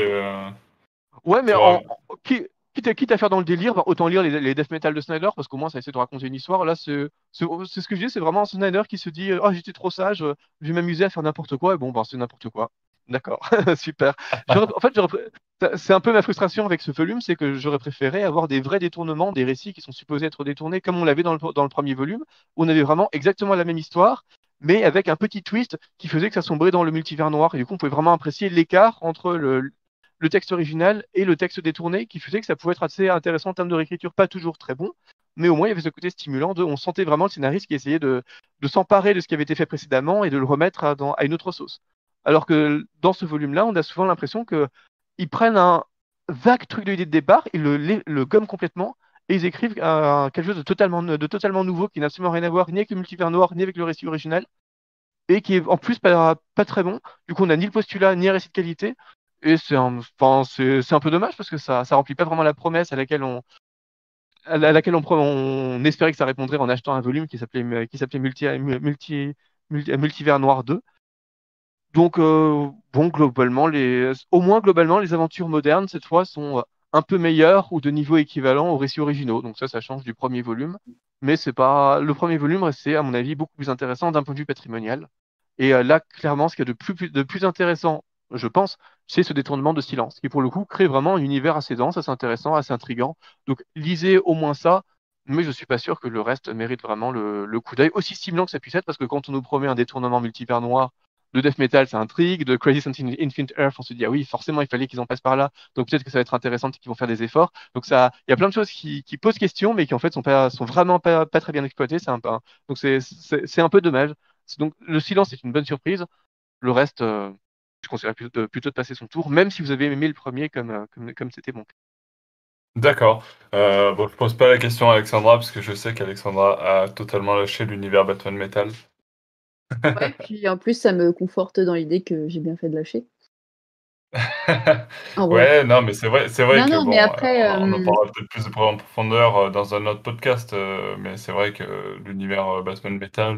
Ouais, mais C'est vraiment... quitte à faire dans le délire, bah, autant lire les death metal de Snyder, parce qu'au moins ça essaie de raconter une histoire. Là, c'est ce que je dis, c'est vraiment Snyder qui se dit oh, j'étais trop sage, je vais m'amuser à faire n'importe quoi, et bon, bah, c'est n'importe quoi. D'accord, super. En fait, c'est un peu ma frustration avec ce volume, c'est que j'aurais préféré avoir des vrais détournements, des récits qui sont supposés être détournés, comme on l'avait dans le premier volume, où on avait vraiment exactement la même histoire, mais avec un petit twist qui faisait que ça sombrait dans le multivers noir. Et du coup, on pouvait vraiment apprécier l'écart entre le texte original et le texte détourné, qui faisait que ça pouvait être assez intéressant en termes de réécriture, pas toujours très bon, mais au moins il y avait ce côté stimulant on sentait vraiment le scénariste qui essayait de s'emparer de ce qui avait été fait précédemment et de le remettre à une autre sauce. Alors que dans ce volume-là, on a souvent l'impression que ils prennent un vague truc de l'idée de départ, ils le gomment complètement et ils écrivent quelque chose de totalement nouveau qui n'a absolument rien à voir ni avec le multivers noir ni avec le récit original et qui est en plus pas très bon. Du coup, on n'a ni le postulat ni un récit de qualité. Et enfin, c'est un peu dommage parce que ça remplit pas vraiment la promesse à laquelle on espérait que ça répondrait en achetant un volume qui s'appelait Multivers Noir 2. Donc, bon, au moins globalement, les aventures modernes, cette fois, sont un peu meilleures ou de niveau équivalent aux récits originaux. Donc ça change du premier volume. Mais c'est pas... Le premier volume restait, à mon avis, beaucoup plus intéressant d'un point de vue patrimonial. Et là, clairement, ce qu'il y a de plus intéressant, je pense, c'est ce détournement de silence, qui pour le coup crée vraiment un univers assez dense, assez intéressant, assez intriguant. Donc lisez au moins ça, mais je suis pas sûr que le reste mérite vraiment le coup d'œil, aussi stimulant que ça puisse être, parce que quand on nous promet un détournement multivers noir de death metal, ça intrigue, de Crisis on Infinite Earth, on se dit ah oui, forcément il fallait qu'ils en passent par là, donc peut-être que ça va être intéressant, qu'ils vont faire des efforts. Donc ça, il y a plein de choses qui posent question, mais qui en fait sont vraiment pas très bien exploitées. Donc c'est un peu dommage. Donc le silence est une bonne surprise. Le reste, je conseillerais plutôt de passer son tour, même si vous avez aimé le premier comme c'était bon. D'accord. Bon, je pose pas la question à Alexandra, parce que je sais qu'Alexandra a totalement lâché l'univers Batman Metal. Ouais, puis en plus, ça me conforte dans l'idée que j'ai bien fait de lâcher. En vrai. Ouais, non, mais c'est vrai Non, que non, mais bon, après, on en parlera peut-être plus en profondeur dans un autre podcast, mais c'est vrai que l'univers Batman Metal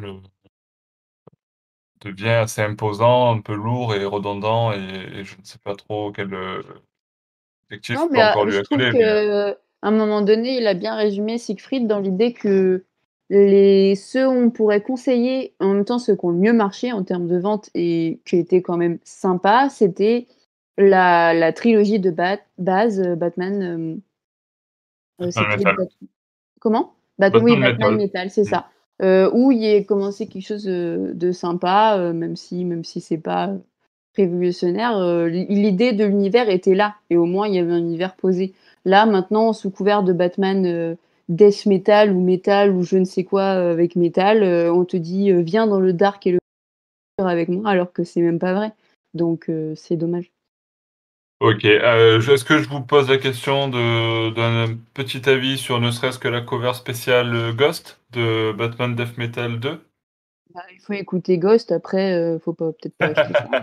devient assez imposant, un peu lourd et redondant, et je ne sais pas trop quel objectif non, je peux mais encore lui je trouve accoler, mais que à un moment donné, il a bien résumé Siegfried dans l'idée que ceux on pourrait conseiller, en même temps ceux qui ont le mieux marché en termes de vente et qui étaient quand même sympas, c'était la trilogie de base, Batman, Batman c'était Metal. comment? Oui, Batman Batman Metal. Metal, c'est Mm. ça. Où il est commencé quelque chose, de sympa, même si c'est pas révolutionnaire, l'idée de l'univers était là et au moins il y avait un univers posé. Là, maintenant, sous couvert de Batman, death metal ou métal ou je ne sais quoi, avec métal, on te dit, «Viens dans le dark et le avec moi», alors que c'est même pas vrai. Donc c'est dommage. Ok, est-ce que je vous pose la question d'un petit avis sur ne serait-ce que la cover spéciale Ghost de Batman Death Metal 2? Bah, il faut écouter Ghost après, faut pas peut-être pas acheter ça.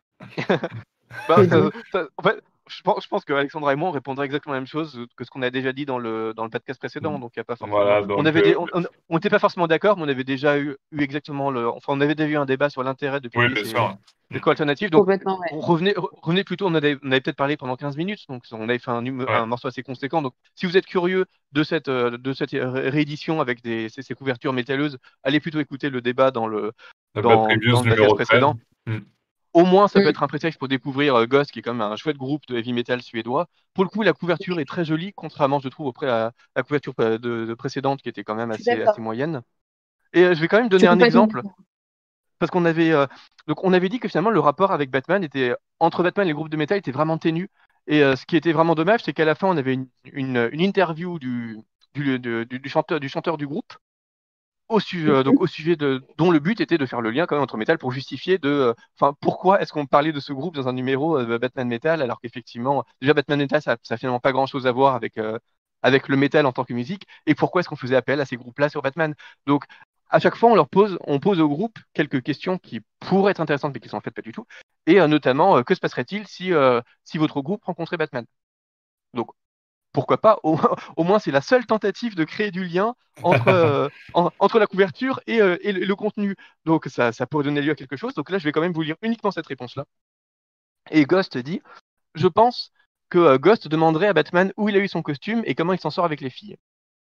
Bah, Que dire? en fait, je pense que Alexandra et moi on répondrait exactement la même chose que ce qu'on a déjà dit dans le podcast précédent. Donc il y a pas forcément. Voilà, donc On n'était pas forcément d'accord, mais on avait déjà eu exactement enfin on avait déjà eu un débat sur l'intérêt de oui, publier bien sûr. ces co-alternatives. Donc Complètement, ouais. revenez plutôt. On avait peut-être parlé pendant 15 minutes, donc on avait fait Ouais, un morceau assez conséquent. Donc si vous êtes curieux de cette réédition avec ces couvertures métalleuses, allez plutôt écouter le débat la Bat dans Reviews le podcast numéro 13. précédent. Mm. Au moins, ça peut Mmh. être un prétexte pour découvrir Ghost, qui est quand même un chouette groupe de heavy metal suédois. Pour le coup, la couverture est très jolie, contrairement, je trouve, à la couverture de précédente, qui était quand même Je suis assez d'accord. moyenne. Et je vais quand même Je suis donner un complètement exemple, d'accord. parce on avait dit que finalement, le rapport avec Batman entre Batman et le groupe de métal était vraiment ténu. Et ce qui était vraiment dommage, c'est qu'à la fin, on avait une interview du chanteur du groupe donc au sujet dont le but était de faire le lien quand même entre Metal pour justifier pourquoi est-ce qu'on parlait de ce groupe dans un numéro de Batman Metal alors qu'effectivement déjà Batman Metal ça a finalement pas grand-chose à voir avec le métal en tant que musique et pourquoi est-ce qu'on faisait appel à ces groupes-là sur Batman. Donc à chaque fois on pose au groupe quelques questions qui pourraient être intéressantes mais qui sont en fait pas du tout et notamment que se passerait-il si votre groupe rencontrait Batman. Donc pourquoi pas, au moins c'est la seule tentative de créer du lien entre la couverture et le contenu. Donc ça pourrait donner lieu à quelque chose. Donc là, je vais quand même vous lire uniquement cette réponse-là. Et Ghost dit, je pense que Ghost demanderait à Batman où il a eu son costume et comment il s'en sort avec les filles.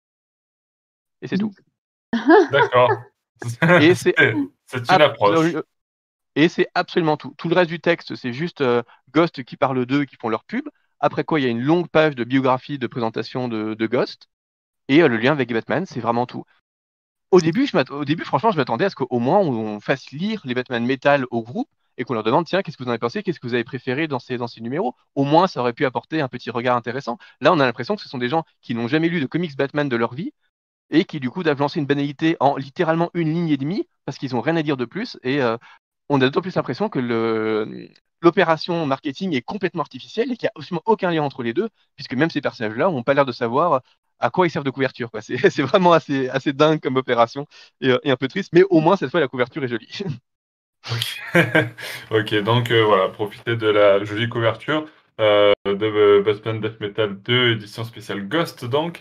Et c'est tout. D'accord. Et c'est C'est une approche. Et c'est absolument tout. Tout le reste du texte, c'est juste Ghost qui parle d'eux, qui font leur pub. Après quoi, il y a une longue page de biographie, de présentation de Ghost. Et le lien avec Batman, c'est vraiment tout. Au début, franchement, je m'attendais à ce qu'au moins on fasse lire les Batman Metal au groupe et qu'on leur demande, tiens, qu'est-ce que vous en avez pensé, qu'est-ce que vous avez préféré dans ces numéros. Au moins, ça aurait pu apporter un petit regard intéressant. Là, on a l'impression que ce sont des gens qui n'ont jamais lu de comics Batman de leur vie et qui, du coup, doivent lancer une banalité en littéralement une ligne et demie parce qu'ils n'ont rien à dire de plus. Et on a d'autant plus l'impression que l'opération marketing est complètement artificielle et qu'il n'y a absolument aucun lien entre les deux, puisque même ces personnages-là n'ont pas l'air de savoir à quoi ils servent de couverture, quoi. C'est vraiment assez dingue comme opération et un peu triste, mais au moins cette fois la couverture est jolie. Ok, Ok, donc voilà, profitez de la jolie couverture de Batman Death Metal 2, édition spéciale Ghost, donc.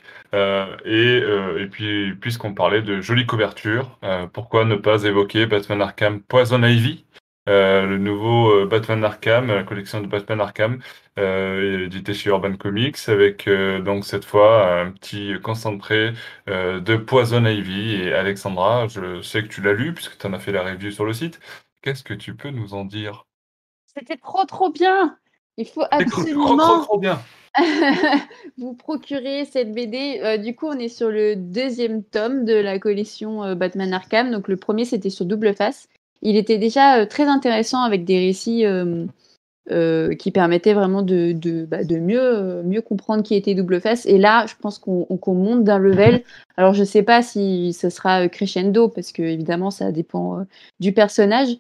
Et puis, puisqu'on parlait de jolie couverture, pourquoi ne pas évoquer Batman Arkham Poison Ivy, le nouveau Batman Arkham, la collection de Batman Arkham, édité chez Urban Comics, avec donc cette fois un petit concentré de Poison Ivy. Et Alexandra, je sais que tu l'as lu, puisque tu en as fait la review sur le site. Qu'est-ce que tu peux nous en dire? C'était trop bien. Il faut C'est trop absolument trop bien. vous procurer cette BD. Du coup, on est sur le deuxième tome de la collection Batman Arkham. Donc le premier, c'était sur Double Face. Il était déjà très intéressant avec des récits qui permettaient vraiment de mieux comprendre qui était Double Face. Et là, je pense qu'on monte d'un level. Alors, je ne sais pas si ce sera crescendo, parce que évidemment, ça dépend du personnage.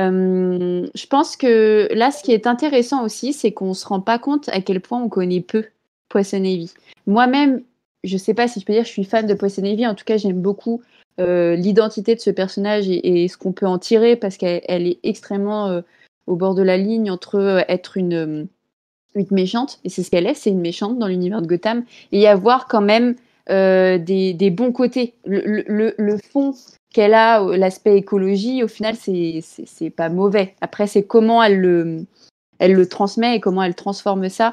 Je pense que là, ce qui est intéressant aussi, c'est qu'on ne se rend pas compte à quel point on connaît peu Poison Ivy. Moi-même, je ne sais pas si je peux dire que je suis fan de Poison Ivy. En tout cas, j'aime beaucoup l'identité de ce personnage et ce qu'on peut en tirer, parce qu'elle est extrêmement au bord de la ligne entre être une méchante, et c'est ce qu'elle est, c'est une méchante dans l'univers de Gotham, et avoir quand même des bons côtés. Le fond qu'elle a, l'aspect écologie, au final, c'est pas mauvais. Après, c'est comment elle le transmet et comment elle transforme ça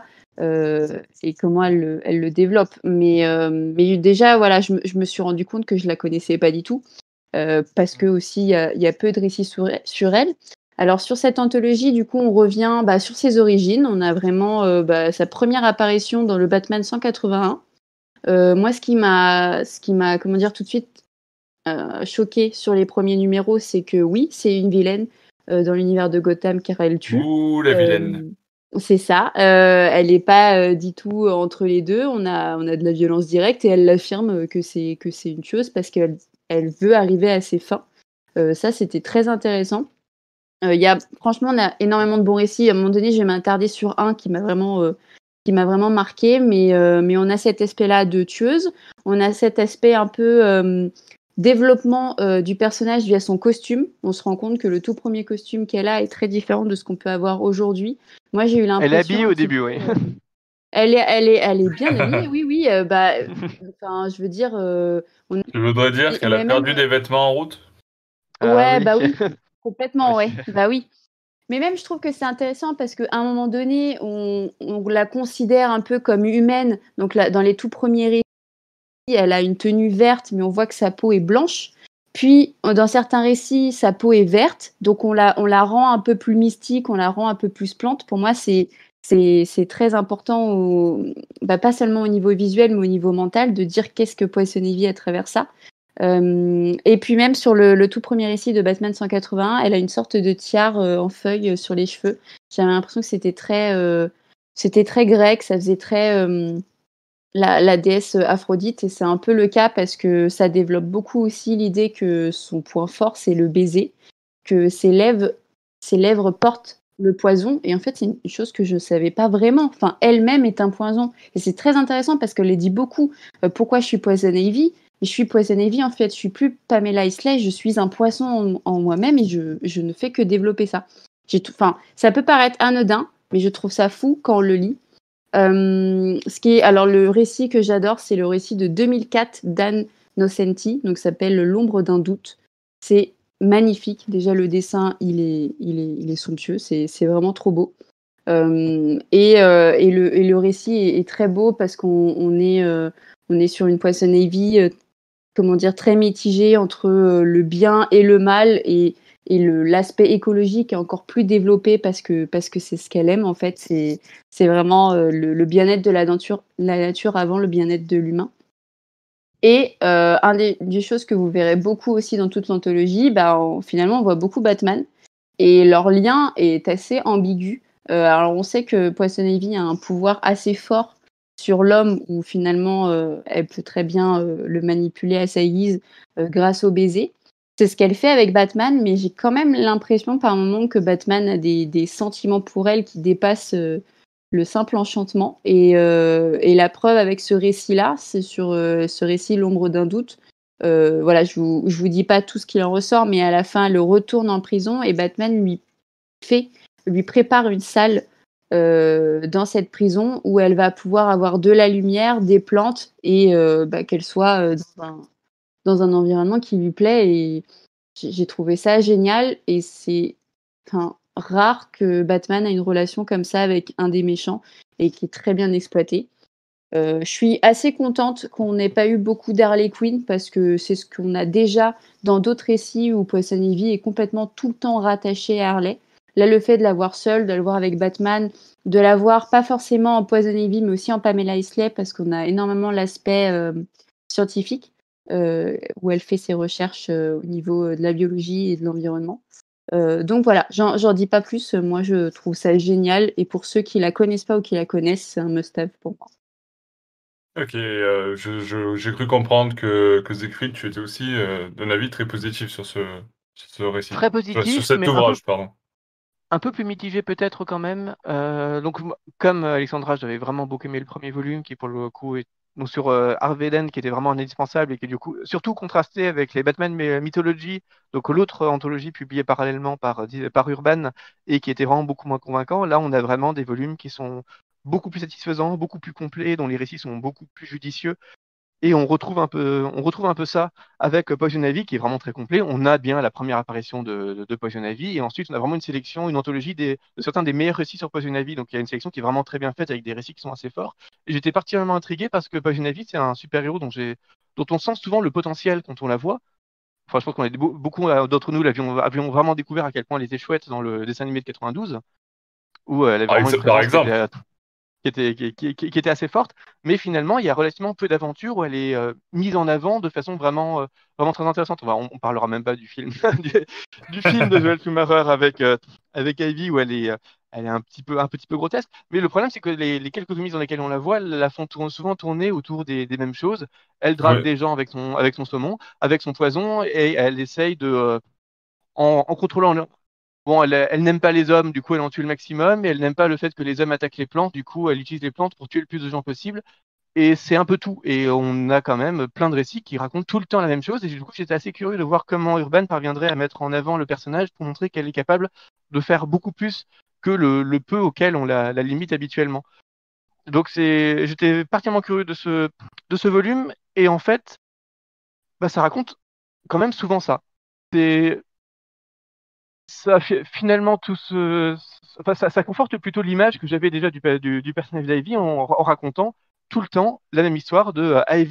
et comment elle le développe. Mais déjà, voilà, je me suis rendu compte que je la connaissais pas du tout parce que aussi il y a peu de récits sur elle. Alors sur cette anthologie, du coup, on revient sur ses origines. On a vraiment sa première apparition dans le Batman 181. Moi, ce qui m'a, comment dire, tout de suite choqué sur les premiers numéros, c'est que oui, c'est une vilaine dans l'univers de Gotham car elle tue. Ouh, la vilaine. C'est ça. Elle n'est pas du tout entre les deux. On a de la violence directe et elle l'affirme que c'est une tueuse parce qu'elle veut arriver à ses fins. Ça, c'était très intéressant. Franchement, on a énormément de bons récits. À un moment donné, je vais m'attarder sur un qui m'a vraiment marqué, mais on a cet aspect-là de tueuse. On a cet aspect un peu développement du personnage via son costume. On se rend compte que le tout premier costume qu'elle a est très différent de ce qu'on peut avoir aujourd'hui. Moi, j'ai eu l'impression. Elle est habillée au début, oui. Elle est bien habillée, oui. Enfin, je veux dire. Tu voudrais dire qu'elle a perdu des vêtements en route? Ouais, oui. bah oui, complètement, Oui. ouais. Bah oui. Mais même, je trouve que c'est intéressant parce qu'à un moment donné, on la considère un peu comme humaine. Donc là, dans les tout premiers récits, elle a une tenue verte, mais on voit que sa peau est blanche. Puis, dans certains récits, sa peau est verte. Donc, on la rend un peu plus mystique, on la rend un peu plus plante. Pour moi, c'est très important, pas seulement au niveau visuel, mais au niveau mental, de dire qu'est-ce que Poison Ivy à travers ça. Et puis même sur le tout premier récit de Batman 181, elle a une sorte de tiare en feuilles sur les cheveux. J'avais l'impression que c'était très grec, ça faisait très la déesse Aphrodite, et c'est un peu le cas parce que ça développe beaucoup aussi l'idée que son point fort, c'est le baiser, que ses lèvres portent le poison, et en fait, c'est une chose que je savais pas vraiment. Enfin, elle-même est un poison, et c'est très intéressant parce qu'elle dit beaucoup pourquoi je suis Poison Ivy. Et je suis Poison Ivy, en fait, je suis plus Pamela Isley, je suis un poisson en moi-même, et je ne fais que développer ça. Enfin, ça peut paraître anodin, mais je trouve ça fou quand on le lit. Alors le récit que j'adore, c'est le récit de 2004 d'Anne Nocenti, donc ça s'appelle L'ombre d'un doute. C'est magnifique. Déjà le dessin, il est somptueux, c'est vraiment trop beau. Et le récit est très beau parce on est sur une Poison Ivy, comment dire, très mitigée entre le bien et le mal, et l'aspect écologique est encore plus développé parce que c'est ce qu'elle aime en fait. C'est vraiment le bien-être de la nature avant le bien-être de l'humain. Et des choses que vous verrez beaucoup aussi dans toute l'anthologie, finalement on voit beaucoup Batman, et leur lien est assez ambigu. Alors on sait que Poison Ivy a un pouvoir assez fort sur l'homme, où finalement elle peut très bien le manipuler à sa guise grâce au baiser. C'est ce qu'elle fait avec Batman, mais j'ai quand même l'impression par moments que Batman a des sentiments pour elle qui dépassent le simple enchantement. Et la preuve avec ce récit-là, c'est sur ce récit L'ombre d'un doute. Voilà, je vous dis pas tout ce qu'il en ressort, mais à la fin, elle le retourne en prison, et Batman lui prépare une salle dans cette prison où elle va pouvoir avoir de la lumière, des plantes, et qu'elle soit dans un environnement qui lui plaît. Et j'ai trouvé ça génial, et c'est rare que Batman a une relation comme ça avec un des méchants, et qui est très bien exploité. Je suis assez contente qu'on n'ait pas eu beaucoup d'Harley Quinn, parce que c'est ce qu'on a déjà dans d'autres récits où Poison Ivy est complètement tout le temps rattachée à Harley. Là, le fait de la voir seule, de la voir avec Batman, de la voir pas forcément en Poison Ivy, mais aussi en Pamela Isley, parce qu'on a énormément l'aspect scientifique, où elle fait ses recherches au niveau de la biologie et de l'environnement. Donc voilà, j'en dis pas plus. Moi, je trouve ça génial, et pour ceux qui la connaissent pas ou qui la connaissent, c'est un must-have pour moi. OK, j'ai cru comprendre que Siegfried, tu étais aussi, d'un avis très positif sur ce récit. Très Sur positif, cet mais ouvrage, pardon. un peu plus mitigé peut-être quand même. Donc, comme Alexandra, j'avais vraiment beaucoup aimé le premier volume, qui pour le coup est donc sur Harvey Dent, qui était vraiment un indispensable, et qui du coup surtout contrasté avec les Batman Mythology, donc l'autre anthologie publiée parallèlement par Urban, et qui était vraiment beaucoup moins convaincant. Là, on a vraiment des volumes qui sont beaucoup plus satisfaisants, beaucoup plus complets, dont les récits sont beaucoup plus judicieux. Et on retrouve un peu ça avec Poison Ivy, qui est vraiment très complet. On a bien la première apparition de Poison Ivy, et ensuite on a vraiment une sélection, une anthologie de certains des meilleurs récits sur Poison Ivy. Donc il y a une sélection qui est vraiment très bien faite, avec des récits qui sont assez forts. Et j'étais particulièrement intrigué parce que Poison Ivy, c'est un super-héros dont on sent souvent le potentiel quand on la voit. Enfin, je pense qu'on a beaucoup d'entre nous avions vraiment découvert à quel point elle était chouette dans le dessin animé de 92, où elle avait vraiment une Par présence qui exemple. était qui était assez forte, mais finalement, il y a relativement peu d'aventures où elle est mise en avant de façon vraiment très intéressante. On parlera même pas du film, du film de Joel Schumacher avec Ivy, où elle est un petit peu grotesque. Mais le problème, c'est que les quelques mises dans lesquelles on la voit, la font souvent tourner autour des mêmes choses. Elle drague Ouais. des gens avec son saumon, avec son poison, et elle essaye en contrôlant. Bon, elle n'aime pas les hommes, du coup elle en tue le maximum, et elle n'aime pas le fait que les hommes attaquent les plantes, du coup elle utilise les plantes pour tuer le plus de gens possible. Et c'est un peu tout. Et on a quand même plein de récits qui racontent tout le temps la même chose. Et du coup, j'étais assez curieux de voir comment Urban parviendrait à mettre en avant le personnage pour montrer qu'elle est capable de faire beaucoup plus que le peu auquel on la limite habituellement. Donc j'étais particulièrement curieux de ce volume. Et en fait, ça raconte quand même souvent ça. C'est finalement enfin, ça conforte plutôt l'image que j'avais déjà du personnage d'Ivy, en racontant tout le temps la même histoire de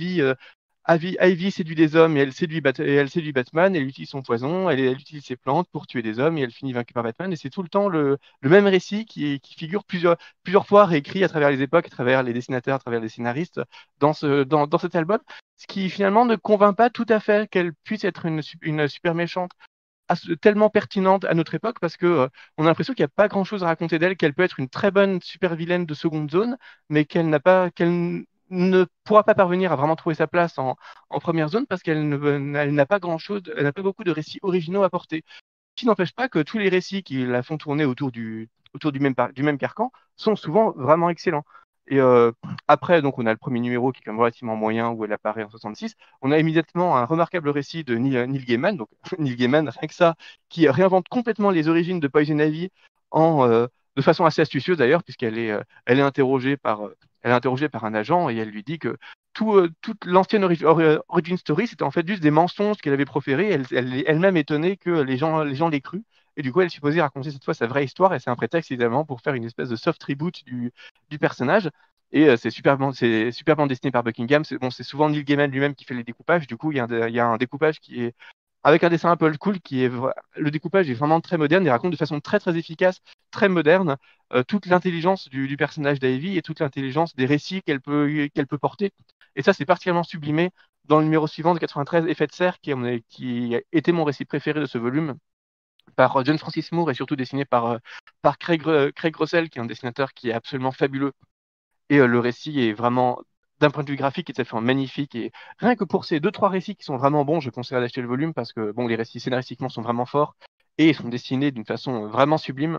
Ivy séduit des hommes, et elle séduit Batman, elle utilise son poison, elle utilise ses plantes pour tuer des hommes, et elle finit vaincue par Batman. Et c'est tout le temps le même récit qui figure plusieurs fois, réécrit à travers les époques, à travers les dessinateurs, à travers les scénaristes dans cet album. Ce qui finalement ne convainc pas tout à fait qu'elle puisse être une super méchante tellement pertinente à notre époque, parce que on a l'impression qu'il n'y a pas grand-chose à raconter d'elle, qu'elle peut être une très bonne super vilaine de seconde zone, mais qu'elle ne pourra pas parvenir à vraiment trouver sa place en première zone parce elle n'a pas elle n'a pas beaucoup de récits originaux à porter. Qui n'empêche pas que tous les récits qui la font tourner autour du même carcan sont souvent vraiment excellents. Et après, donc, on a le premier numéro qui est quand même relativement moyen, où elle apparaît en 66. On a immédiatement un remarquable récit de Neil Gaiman, donc Neil Gaiman, rien que ça, qui réinvente complètement les origines de Poison Ivy de façon assez astucieuse d'ailleurs, elle est elle est interrogée par un agent et elle lui dit que toute l'ancienne origin story, c'était en fait juste des mensonges qu'elle avait proférés. Elle est elle-même étonnée que les gens l'aient cru. Et du coup, elle est supposée raconter cette fois sa vraie histoire. Et c'est un prétexte, évidemment, pour faire une espèce de soft reboot du personnage. Et c'est superbement dessiné par Buckingham. C'est souvent Neil Gaiman lui-même qui fait les découpages. Du coup, il y a un découpage qui est avec un dessin un peu old school le découpage est vraiment très moderne. Il raconte de façon très très efficace, très moderne, toute l'intelligence du personnage d'Ivy et toute l'intelligence des récits qu'elle peut porter. Et ça, c'est particulièrement sublimé dans le numéro suivant de 93, Effet de serre, qui était mon récit préféré de ce volume, par John Francis Moore et surtout dessiné par Craig Russell, qui est un dessinateur qui est absolument fabuleux. Et le récit est vraiment, d'un point de vue graphique, est fait magnifique. Et rien que pour ces deux, trois récits qui sont vraiment bons, je conseille d'acheter le volume parce que bon, les récits scénaristiquement sont vraiment forts et ils sont dessinés d'une façon vraiment sublime.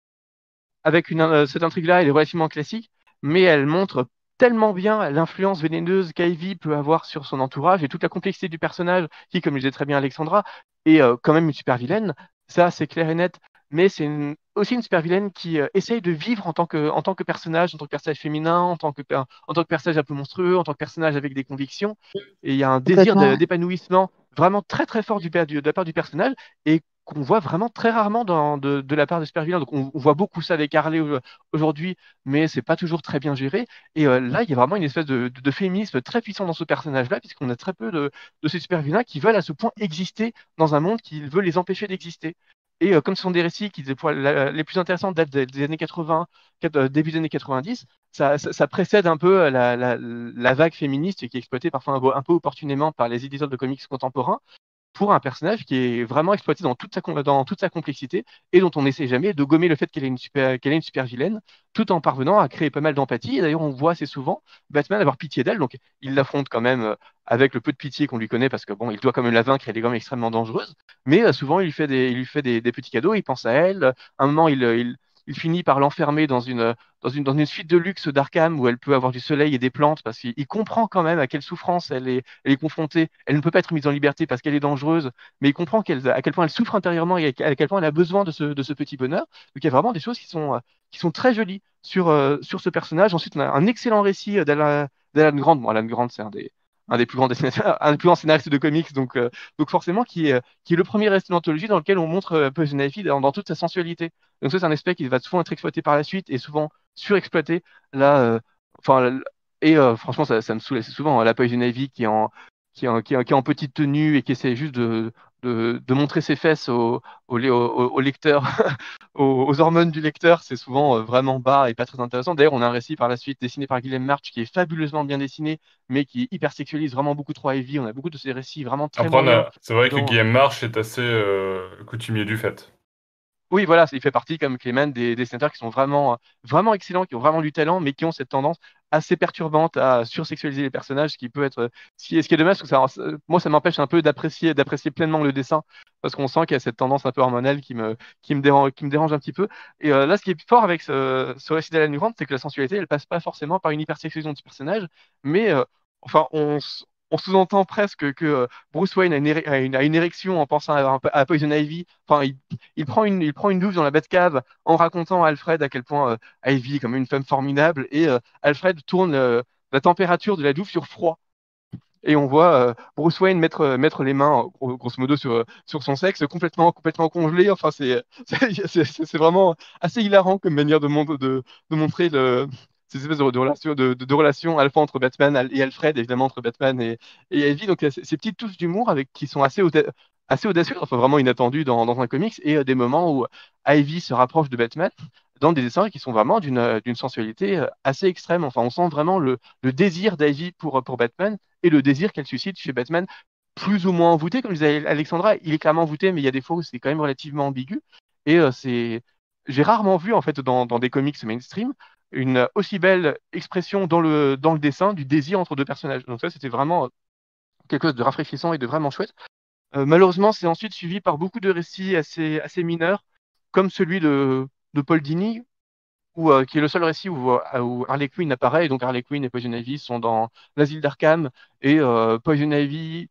Avec cette intrigue-là, elle est relativement classique, mais elle montre tellement bien l'influence vénéneuse qu'Ivy peut avoir sur son entourage et toute la complexité du personnage, qui, comme le disait très bien Alexandra, est quand même une super vilaine. Ça, c'est clair et net. Mais c'est aussi une super vilaine qui essaye de vivre en tant que personnage, en tant que personnage féminin, en tant que personnage un peu monstrueux, en tant que personnage avec des convictions. Et il y a un désir Complètement, ouais. d'épanouissement vraiment très très fort de la part du personnage et qu'on voit vraiment très rarement de la part de super-vilains. Donc on voit beaucoup ça avec Harley aujourd'hui, mais c'est pas toujours très bien géré. Et là, il y a vraiment une espèce de féminisme très puissant dans ce personnage-là, puisqu'on a très peu de ces super-vilains qui veulent à ce point exister dans un monde qui veut les empêcher d'exister. Et comme ce sont des récits qui, les plus intéressants, datent des années 80, début des années 90, ça précède un peu la vague féministe qui est exploitée parfois un peu opportunément par les éditeurs de comics contemporains pour un personnage qui est vraiment exploité dans toute sa complexité et dont on n'essaie jamais de gommer le fait qu'elle est une super vilaine, tout en parvenant à créer pas mal d'empathie. Et d'ailleurs, on voit assez souvent Batman avoir pitié d'elle, donc il l'affronte quand même avec le peu de pitié qu'on lui connaît, parce que bon, il doit quand même la vaincre, elle est quand même extrêmement dangereuse. Mais souvent, il lui fait des petits cadeaux, il pense à elle. À un moment, il finit par l'enfermer dans une suite de luxe d'Arkham où elle peut avoir du soleil et des plantes parce qu'il comprend quand même à quelle souffrance elle est confrontée. Elle ne peut pas être mise en liberté parce qu'elle est dangereuse, mais il comprend à quel point elle souffre intérieurement et à quel point elle a besoin de ce petit bonheur. Donc il y a vraiment des choses qui sont très jolies sur ce personnage. Ensuite, on a un excellent récit d'Alan Grant. Bon, Alan Grant, c'est un des plus grands dessinateurs, un des plus grands scénaristes de comics, donc forcément qui est le premier récit d'anthologie dans lequel on montre Poison Ivy dans toute sa sensualité. Donc ça, c'est un aspect qui va souvent être exploité par la suite et souvent surexploité. Là, enfin, franchement, ça me saoule assez souvent. La Poison Ivy qui est en petite tenue et qui essaie juste de montrer ses fesses au lecteur, aux hormones du lecteur, c'est souvent vraiment bas et pas très intéressant. D'ailleurs, on a un récit par la suite dessiné par Guillaume March qui est fabuleusement bien dessiné, mais qui hypersexualise vraiment beaucoup trop Ivy. On a beaucoup de ces récits vraiment très Après, moyens. c'est vrai que Dans, Guillaume March est assez coutumier du fait. Oui, voilà, il fait partie, comme Clément, des dessinateurs qui sont vraiment excellents, qui ont vraiment du talent, mais qui ont cette tendance assez perturbante à sursexualiser les personnages, ce qui peut être, ce qui est dommage, parce que moi, ça m'empêche un peu d'apprécier pleinement le dessin, parce qu'on sent qu'il y a cette tendance un peu hormonale qui me dérange un petit peu. Et là, ce qui est fort avec ce récit d'Alan Grant, c'est que la sensualité, elle passe pas forcément par une hypersexualisation du personnage, mais enfin, on sous-entend presque que Bruce Wayne a une érection en pensant à Poison Ivy. Enfin, il prend une douche dans la Batcave en racontant à Alfred à quel point Ivy est comme une femme formidable et Alfred tourne la température de la douche sur froid. Et on voit Bruce Wayne mettre les mains, grosso modo, sur son sexe, complètement congelé. Enfin, c'est vraiment assez hilarant comme manière de montrer ces espèces de relations à la fois entre Batman et Alfred, évidemment entre Batman et Ivy. Donc, il y a ces petites touches d'humour qui sont assez audacieuses, enfin vraiment inattendues dans un comics, et des moments où Ivy se rapproche de Batman dans des dessins qui sont vraiment d'une sensualité assez extrême. Enfin, on sent vraiment le désir d'Ivy pour Batman et le désir qu'elle suscite chez Batman, plus ou moins envoûté, comme disait Alexandra, il est clairement envoûté, mais il y a des fois où c'est quand même relativement ambigu. Et j'ai rarement vu, en fait, dans des comics mainstream, une aussi belle expression dans le dessin du désir entre deux personnages. Donc ça, c'était vraiment quelque chose de rafraîchissant et de vraiment chouette. Malheureusement, c'est ensuite suivi par beaucoup de récits assez mineurs, comme celui de Paul Dini, qui est le seul récit où Harley Quinn apparaît. Et donc Harley Quinn et Poison Ivy sont dans l'asile d'Arkham, et Poison Ivy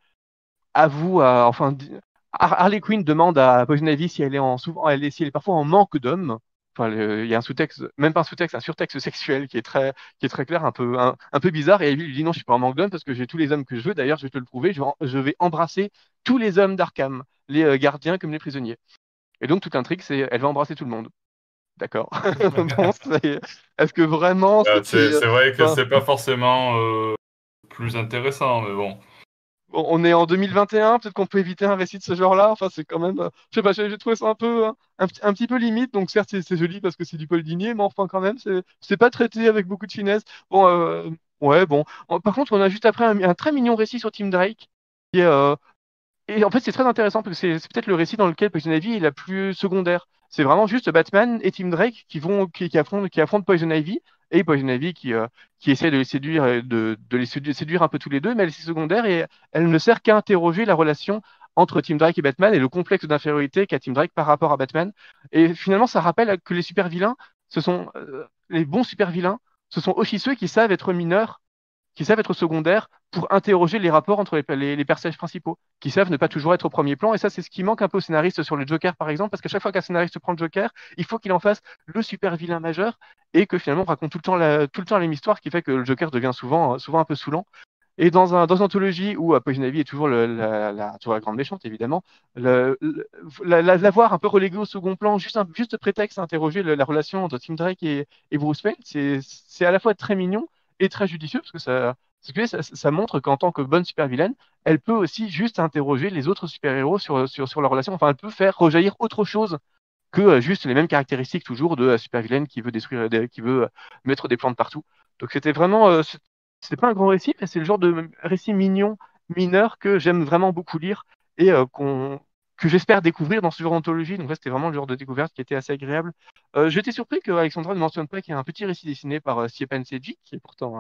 Harley Quinn demande à Poison Ivy si elle est si elle est parfois en manque d'hommes. Enfin, il y a un sous-texte, même pas un sous-texte, un surtexte sexuel qui est très clair, un peu bizarre. Et Ivy lui dit non, je suis pas en manque d'hommes parce que j'ai tous les hommes que je veux. D'ailleurs, je vais te le prouver. Je vais embrasser tous les hommes d'Arkham, les gardiens comme les prisonniers. Et donc, tout intrigue, c'est elle va embrasser tout le monde. D'accord. Bon, est-ce que vraiment c'était. C'est vrai que Enfin, c'est pas forcément plus intéressant, mais bon. bon, on est en 2021, peut-être qu'on peut éviter un récit de ce genre-là. Enfin, c'est quand même. Je sais pas, j'ai trouvé ça un petit peu limite. Donc, certes, c'est joli parce que c'est du Paul Dinier, mais enfin, quand même, c'est pas traité avec beaucoup de finesse. Bon, ouais, bon. Par contre, on a juste après un très mignon récit sur Tim Drake. Qui est, et en fait, c'est très intéressant parce que c'est peut-être le récit dans lequel Poison Ivy est la plus secondaire. C'est vraiment juste Batman et Tim Drake qui affrontent Poison Ivy, et Poison Ivy qui essaie de les séduire, de les séduire un peu tous les deux, mais elle est secondaire et elle ne sert qu'à interroger la relation entre Tim Drake et Batman et le complexe d'infériorité qu'a Tim Drake par rapport à Batman. Et finalement, ça rappelle que les super-vilains, les bons super-vilains, ce sont aussi ceux qui savent être mineurs, qui savent être secondaires pour interroger les rapports entre les personnages principaux, qui savent ne pas toujours être au premier plan. Et ça, c'est ce qui manque un peu au scénariste sur le Joker, par exemple, parce qu'à chaque fois qu'un scénariste prend le Joker, il faut qu'il en fasse le super vilain majeur, et que finalement on raconte tout le temps la même histoire, qui fait que le Joker devient souvent un peu saoulant. Et dans une anthologie où Poison Ivy est toujours toujours la grande méchante, évidemment, la voir un peu reléguée au second plan, juste prétexte à interroger la relation entre Tim Drake et Bruce Wayne, c'est à la fois très mignon et très judicieux, ça montre qu'en tant que bonne super-vilaine, elle peut aussi juste interroger les autres super-héros sur leur relation. Enfin, elle peut faire rejaillir autre chose que juste les mêmes caractéristiques toujours de la super-vilaine qui veut détruire, qui veut mettre des plantes partout. Donc c'était vraiment, c'était pas un grand récit, mais c'est le genre de récit mignon, mineur que j'aime vraiment beaucoup lire et que j'espère découvrir dans ce genre d'anthologie. Donc là, c'était vraiment le genre de découverte qui était assez agréable. J'étais surpris que Alexandra ne mentionne pas qu'il y a un petit récit dessiné par Stjepan Sejic, qui est pourtant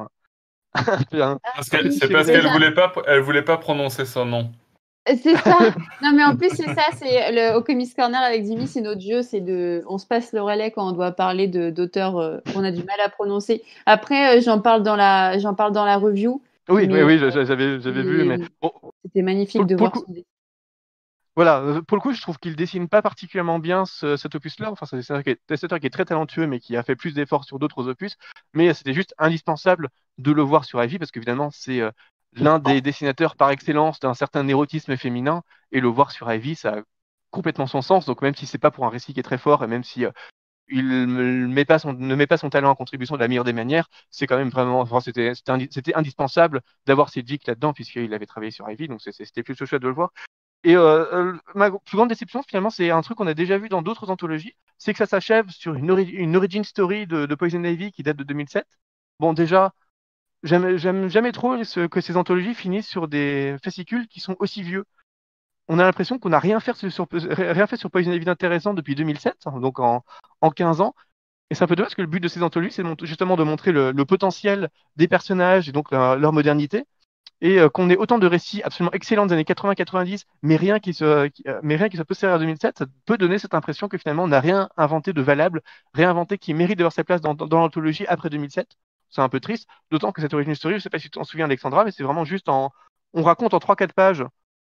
Ah Parce oui, c'est chez les parce amis. elle voulait pas prononcer son nom. c'est ça. Non, mais en plus, c'est ça. C'est au Comics Corner avec Jimmy, c'est notre jeu. On se passe le relais quand on doit parler d'auteurs qu'on a du mal à prononcer. Après, j'en parle dans la review. Oui, oui, Mais oui, j'avais vu, mais bon, c'était magnifique de pour le voir coup, son dessin. voilà, pour le coup, je trouve qu'il dessine pas particulièrement bien cet opus-là. Enfin, c'est un dessinateur qui est très talentueux, mais qui a fait plus d'efforts sur d'autres opus. Mais c'était juste indispensable de le voir sur Ivy, parce qu'évidemment, c'est l'un des dessinateurs par excellence d'un certain érotisme féminin, et le voir sur Ivy, ça a complètement son sens. Donc, même si c'est pas pour un récit qui est très fort, et même si il ne met pas son talent en contribution de la meilleure des manières, c'est quand même vraiment, enfin, c'était indispensable d'avoir Cedric là-dedans, puisqu'il avait travaillé sur Ivy, donc c'était plutôt chouette de le voir. Et ma plus grande déception, finalement, c'est un truc qu'on a déjà vu dans d'autres anthologies, c'est que ça s'achève sur une origin story de Poison Ivy qui date de 2007. Bon, déjà, j'aime jamais trop que ces anthologies finissent sur des fascicules qui sont aussi vieux. On a l'impression qu'on n'a rien fait sur Poison Ivy d'intéressant depuis 2007, hein, donc en 15 ans. Et c'est un peu dommage parce que le but de ces anthologies, c'est justement de montrer le potentiel des personnages et donc leur modernité, et qu'on ait autant de récits absolument excellents des années 80-90, mais rien qui soit postérieur à 2007, ça peut donner cette impression que finalement on n'a rien inventé de valable, rien inventé qui mérite d'avoir sa place dans l'anthologie après 2007. C'est un peu triste, d'autant que cette origin story, je ne sais pas si tu t'en souviens Alexandra, mais c'est vraiment juste on raconte en 3-4 pages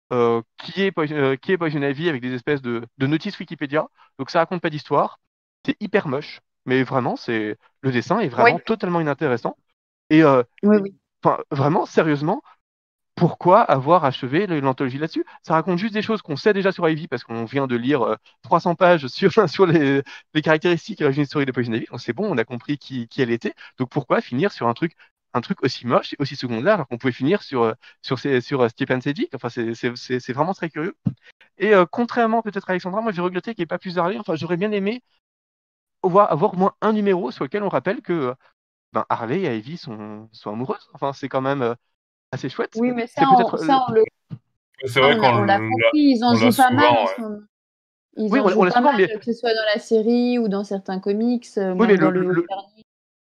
qui est Poison Ivy avec des espèces de notices Wikipédia. Donc ça raconte pas d'histoire, c'est hyper moche, mais vraiment le dessin est Oui, vraiment totalement inintéressant. Et oui, oui. enfin, vraiment, sérieusement, pourquoi avoir achevé l'anthologie là-dessus? Ça raconte juste des choses qu'on sait déjà sur Ivy parce qu'on vient de lire 300 pages sur les caractéristiques et l'origine historique de Poison Ivy. Donc c'est bon, on a compris qui elle était. Donc pourquoi finir sur un truc aussi moche et aussi secondaire alors qu'on pouvait finir sur Stjepan Sejic? Enfin, c'est vraiment très curieux. Et contrairement peut-être à Alexandra, moi j'ai regretté qu'il n'y ait pas plus Harley. Enfin, j'aurais bien aimé avoir au moins un numéro sur lequel on rappelle que ben, Harley et Ivy sont amoureuses. Enfin, c'est quand même assez chouette. Oui, mais C'est peut-être. C'est vrai on l'a compris. Ils en on l'a jouent pas mal souvent, en ouais. ce moment. Ils Oui, en on jouent l'a pas souvent, mal, mais que ce soit dans la série ou dans certains comics, oui, mais même dans le dernier.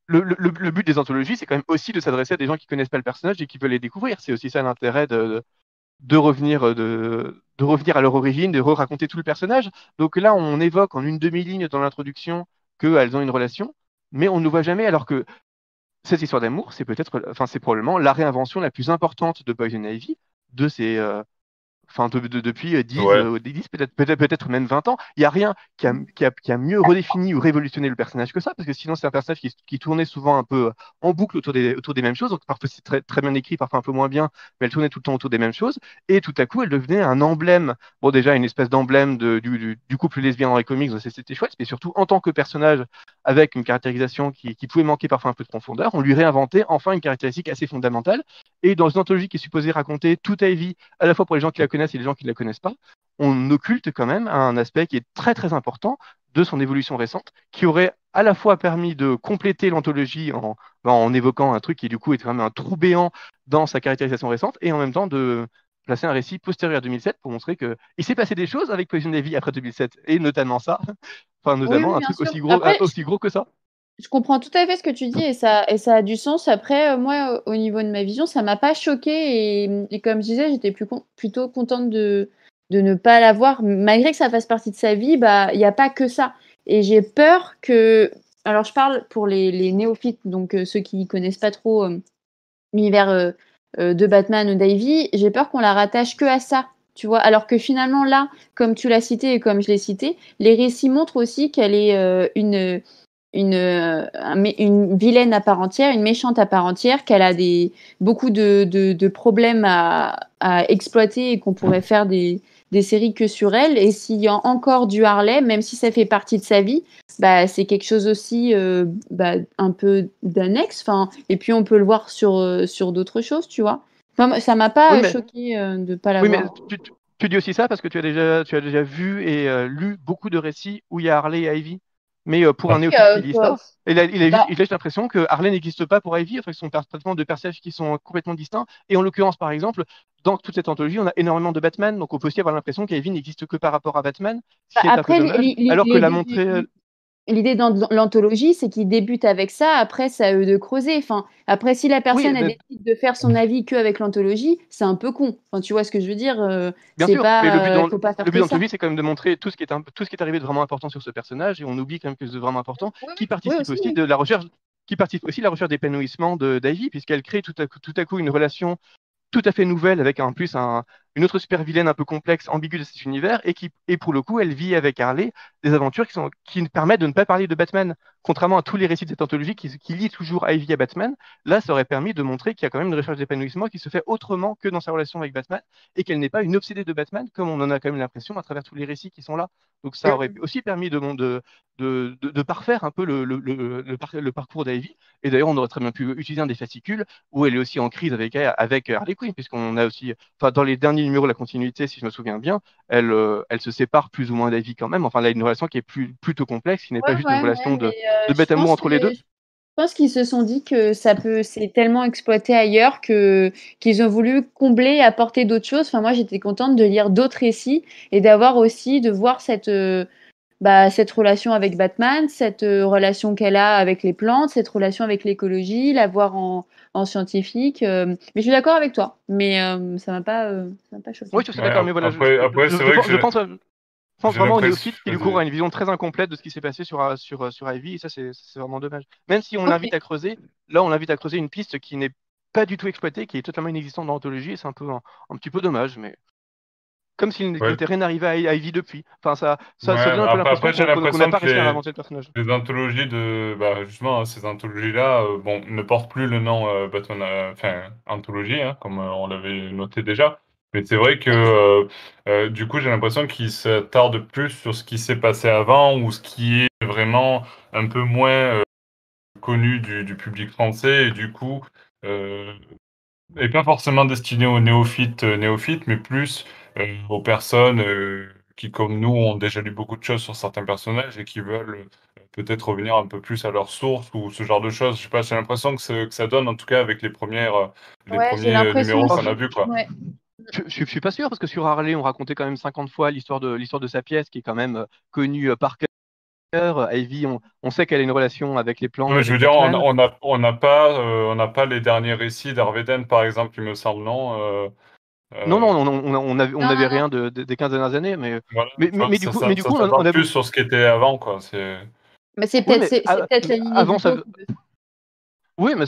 le but des anthologies, c'est quand même aussi de s'adresser à des gens qui connaissent pas le personnage et qui veulent les découvrir. C'est aussi ça l'intérêt de revenir, de revenir à leur origine, de raconter tout le personnage. Donc là, on évoque en une demi-ligne dans l'introduction qu'elles ont une relation, mais on ne voit jamais, alors que cette histoire d'amour, c'est enfin, c'est probablement la réinvention la plus importante de Poison Ivy, de ces, enfin, depuis 10, Ouais. 10 peut-être même 20 ans, il n'y a rien qui a mieux redéfini ou révolutionné le personnage que ça, parce que sinon c'est un personnage qui tournait souvent un peu en boucle autour des mêmes choses, donc parfois c'est très bien écrit, parfois un peu moins bien, mais elle tournait tout le temps autour des mêmes choses, et tout à coup elle devenait un emblème, bon déjà une espèce d'emblème du couple lesbien dans les comics, donc c'était chouette, mais surtout en tant que personnage avec une caractérisation qui pouvait manquer parfois un peu de profondeur, on lui réinventait enfin une caractéristique assez fondamentale, et dans une anthologie qui est supposée raconter toute Ivy à la fois pour les gens qui la connaissent et les gens qui ne la connaissent pas, on occulte quand même un aspect qui est très important de son évolution récente, qui aurait à la fois permis de compléter l'anthologie en évoquant un truc qui du coup est quand même un trou béant dans sa caractérisation récente, et en même temps de placer un récit postérieur à 2007 pour montrer que il s'est passé des choses avec Poison Ivy après 2007, et notamment ça, enfin Oui, notamment oui, un bien truc sûr. Après, aussi gros que ça. je comprends tout à fait ce que tu dis et ça a du sens. Après, moi, au niveau de ma vision, ça m'a pas choquée et comme je disais, j'étais plutôt contente de ne pas l'avoir. Malgré que ça fasse partie de sa vie, bah, il n'y a pas que ça. Et j'ai peur que. Alors, je parle pour les néophytes, donc ceux qui connaissent pas trop l'univers de Batman ou d'Ivy. J'ai peur qu'on la rattache que à ça. Tu vois, alors que finalement, là, comme tu l'as cité et comme je l'ai cité, les récits montrent aussi qu'elle est une vilaine à part entière, une méchante à part entière, qu'elle a beaucoup de problèmes à exploiter et qu'on pourrait faire des séries que sur elle. Et s'il y a encore du Harley, même si ça fait partie de sa vie, bah, c'est quelque chose aussi bah, un peu d'annexe. Enfin, et puis on peut le voir sur d'autres choses, tu vois. Enfin, ça m'a Oui, pas mais, choqué de ne pas oui, mais l'avoir. tu dis aussi ça parce que tu as déjà vu et lu beaucoup de récits où il y a Harley et Ivy. Mais pour un Ah, néophyte qui lit ça, Bah, il a juste l'impression que Harley n'existe pas pour Ivy. Enfin, ce sont traitement de personnages qui sont complètement distincts. Et en l'occurrence, par exemple, dans toute cette anthologie, on a énormément de Batman. Donc on peut aussi avoir l'impression qu'Ivy n'existe que par rapport à Batman, ce qui est un peu après, dommage. Alors que la montrer. l'idée dans l'anthologie, c'est qu'ils débutent avec ça, après, c'est à eux de creuser. Enfin, après, si la Oui, personne elle décide de faire son avis qu'avec l'anthologie, c'est un peu con. Enfin, tu vois ce que je veux dire bien c'est sûr, mais pas, faut pas faire le but que ça. d'anthologie, c'est quand même de montrer tout ce qui est arrivé de vraiment important sur ce personnage, et on oublie quand même que c'est vraiment important, Oui, qui oui, participe aussi, aussi oui. de la recherche, qui participe aussi de la recherche d'épanouissement d'Ivy, puisqu'elle crée tout à coup une relation tout à fait nouvelle, avec en plus une autre super vilaine un peu complexe, ambiguë de cet univers, et pour le coup, elle vit avec Harley des aventures qui permettent de ne pas parler de Batman. Contrairement à tous les récits de cette anthologie qui lient toujours Ivy à Batman, là, ça aurait permis de montrer qu'il y a quand même une recherche d'épanouissement qui se fait autrement que dans sa relation avec Batman, et qu'elle n'est pas une obsédée de Batman, comme on en a quand même l'impression à travers tous les récits qui sont là. Donc ça aurait aussi permis de parfaire un peu le parcours d'Ivy. Et d'ailleurs, on aurait très bien pu utiliser un des fascicules où elle est aussi en crise avec Harley Quinn, puisqu'on a aussi, enfin, dans les derniers numéros de la continuité, si je me souviens bien, elle se sépare plus ou moins d'Ivy quand même. Enfin, elle a une relation qui est plutôt complexe, qui n'est pas juste une Ouais, relation mais de bête amour entre les deux. je pense qu'ils se sont dit que c'est tellement exploité ailleurs que qu'ils ont voulu combler, apporter d'autres choses. Enfin, moi, j'étais contente de lire d'autres récits et d'avoir aussi, de voir cette relation avec Batman, cette relation qu'elle a avec les plantes, cette relation avec l'écologie, la voir en scientifique. Mais je suis d'accord avec toi, mais ça m'a pas choqué. Oui, je suis ouais, d'accord, mais voilà, après c'est vrai que je pense j'ai vraiment aux l'impression. néophytes qui du coup aura une vision très incomplète de ce qui s'est passé sur Ivy, et ça, c'est vraiment dommage. Même si on Ok. l'invite à creuser, là, on l'invite à creuser une piste qui n'est pas du tout exploitée, qui est totalement inexistante dans l'anthologie, et c'est un petit peu dommage, mais comme s'il Ouais, n'était rien arrivé à Ivy depuis. Enfin, ça ouais, donne un peu après l'impression j'ai qu'on n'a l'impression pas que réussi à réinventer le personnage. les anthologies de, bah, justement, hein, ces anthologies-là, bon, ne portent plus le nom Batman, enfin, anthologie, hein, comme on l'avait noté déjà. Mais c'est vrai que, du coup, j'ai l'impression qu'ils s'attardent plus sur ce qui s'est passé avant ou ce qui est vraiment un peu moins connu du public français et du coup, euh, et pas forcément destiné aux néophytes, mais plus aux personnes qui, comme nous, ont déjà lu beaucoup de choses sur certains personnages et qui veulent peut-être revenir un peu plus à leur source ou ce genre de choses. Je sais pas, j'ai l'impression que ça donne, en tout cas, avec les Ouais, j'ai premiers l'impression numéros qu'on aussi. a vus, quoi. Ouais. Je suis pas sûr parce que sur Harley, on racontait quand même 50 fois l'histoire de sa pièce qui est quand même connue par cœur Ivy, on sait qu'elle a une relation avec les plans Non, mais je veux avec dire, Batman. on n'a pas les derniers récits d'Harvey Dent, par exemple, il me semble, non Non, euh, non, on Non, n'avait non, non. rien des 15 dernières années, mais, voilà, mais, tu mais, vois, mais du coup, mais du ça coup, on s'attarde a plus sur ce qui était avant, quoi. Mais c'est oui, peut-être mais c'est peut-être la lignée avant du ça, temps. oui, mais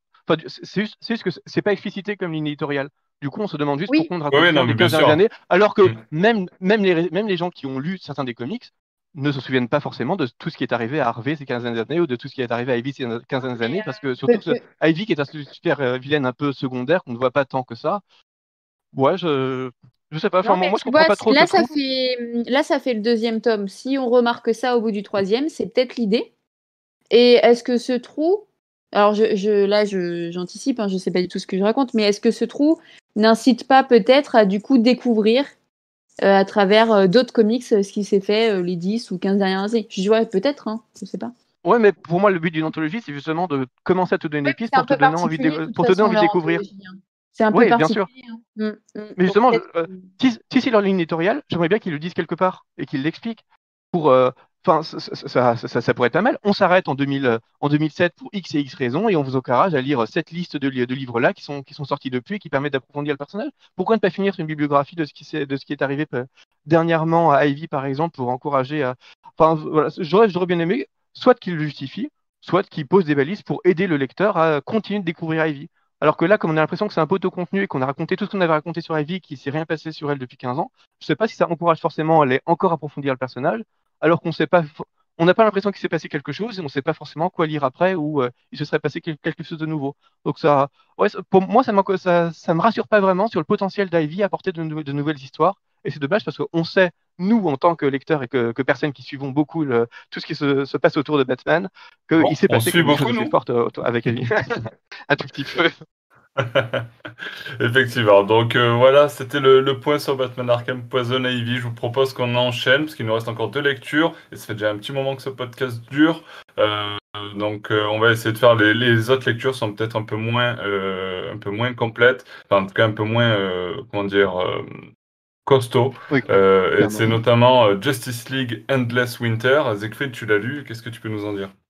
c'est juste que c'est pas explicité comme ligne éditoriale. Du coup, on se demande juste Oui, pourquoi on ne Oui, raconte oui, rien non, mais des bien 15 dernières sûr. années, alors que Mm. même les gens qui ont lu certains des comics ne se souviennent pas forcément de tout ce qui est arrivé à Harvey ces 15 dernières années ou de tout ce qui est arrivé à Ivy ces 15 dernières mais années, parce que surtout que Ivy, qui est un super vilaine un peu secondaire, qu'on ne voit pas tant que ça, ouais, je sais pas, enfin, non, mais moi je tu comprends vois, pas trop ce trou. là, ça fait le deuxième tome. Si on remarque ça au bout du troisième, c'est peut-être l'idée. Et est-ce que ce trou, alors j'anticipe, hein, je sais pas du tout ce que je raconte, mais est-ce que ce trou n'incite pas peut-être à du coup découvrir à travers d'autres comics ce qui s'est fait les 10 ou 15 dernières années? Je dis ouais, peut-être, hein, je sais pas. Ouais, mais pour moi, le but d'une anthologie, c'est justement de commencer à te donner Oui, des mais pistes c'est un pour te peu donner envie particulier de de, toute pour te donner façon envie de leur découvrir. anthologie, hein. C'est un peu Oui, bien sûr. particulier, hein. Mais Donc justement, peut-être. si c'est leur ligne éditoriale, j'aimerais bien qu'ils le disent quelque part et qu'ils l'expliquent. Pour, enfin, ça pourrait être pas mal. On s'arrête en 2007 pour X et X raisons et on vous encourage à lire cette liste de livres-là qui sont sortis depuis et qui permettent d'approfondir le personnage. Pourquoi ne pas finir sur une bibliographie de ce qui est arrivé dernièrement à Ivy, par exemple, pour encourager à. Enfin, voilà, j'aurais bien aimé, soit qu'ils le justifient, soit qu'ils posent des balises pour aider le lecteur à continuer de découvrir Ivy. Alors que là, comme on a l'impression que c'est un peu autocontenu et qu'on a raconté tout ce qu'on avait raconté sur Ivy, qu'il s'est rien passé sur elle depuis 15 ans, je sais pas si ça encourage forcément à aller encore approfondir le personnage, alors qu'on sait pas, on n'a pas l'impression qu'il s'est passé quelque chose et on sait pas forcément quoi lire après ou il se serait passé quelque chose de nouveau. Donc ça, ouais, pour moi, ça me rassure pas vraiment sur le potentiel d'Ivy à apporter de nouvelles histoires. Et c'est dommage parce qu'on sait, nous, en tant que lecteurs et que personnes qui suivons beaucoup tout ce qui se passe autour de Batman, qu'il Bon, s'est on passé quand suit même des choses beaucoup, assez nous. fortes avec Ivy. Un tout petit peu. Effectivement. Donc voilà, c'était le point sur Batman Arkham Poison Ivy. Je vous propose qu'on enchaîne parce qu'il nous reste encore deux lectures et ça fait déjà un petit moment que ce podcast dure. Donc on va essayer de faire les autres lectures sont peut-être un peu moins complètes, enfin, en tout cas un peu moins comment dire costaud. Oui, Et clairement. c'est notamment Justice League Endless Winter. Siegfried, tu l'as lu, qu'est-ce que tu peux nous en dire?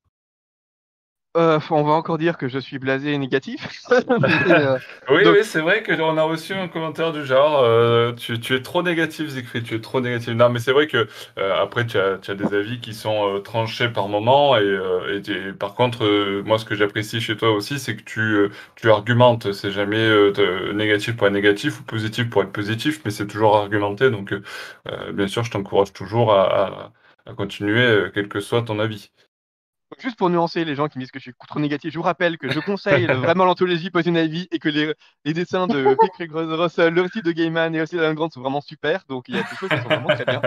On va encore dire que je suis blasé et négatif. Mais, Oui, donc, oui, c'est vrai qu'on a reçu un commentaire du genre tu es trop négatif, Siegfried, tu es trop négatif. Non, mais c'est vrai que après, tu as des avis qui sont tranchés par moment. Par contre, moi, ce que j'apprécie chez toi aussi, c'est que tu argumentes. C'est jamais négatif pour être négatif ou positif pour être positif, mais c'est toujours argumenté. Donc, bien sûr, je t'encourage toujours à continuer, quel que soit ton avis. juste pour nuancer les gens qui me disent que je suis trop négatif, je vous rappelle que je conseille vraiment l'anthologie Poison Ivy et que les dessins de Pick Craig Russell, le récit de Gaiman et aussi d'Alan Grant sont vraiment super. Donc il y a des choses qui sont vraiment très bien.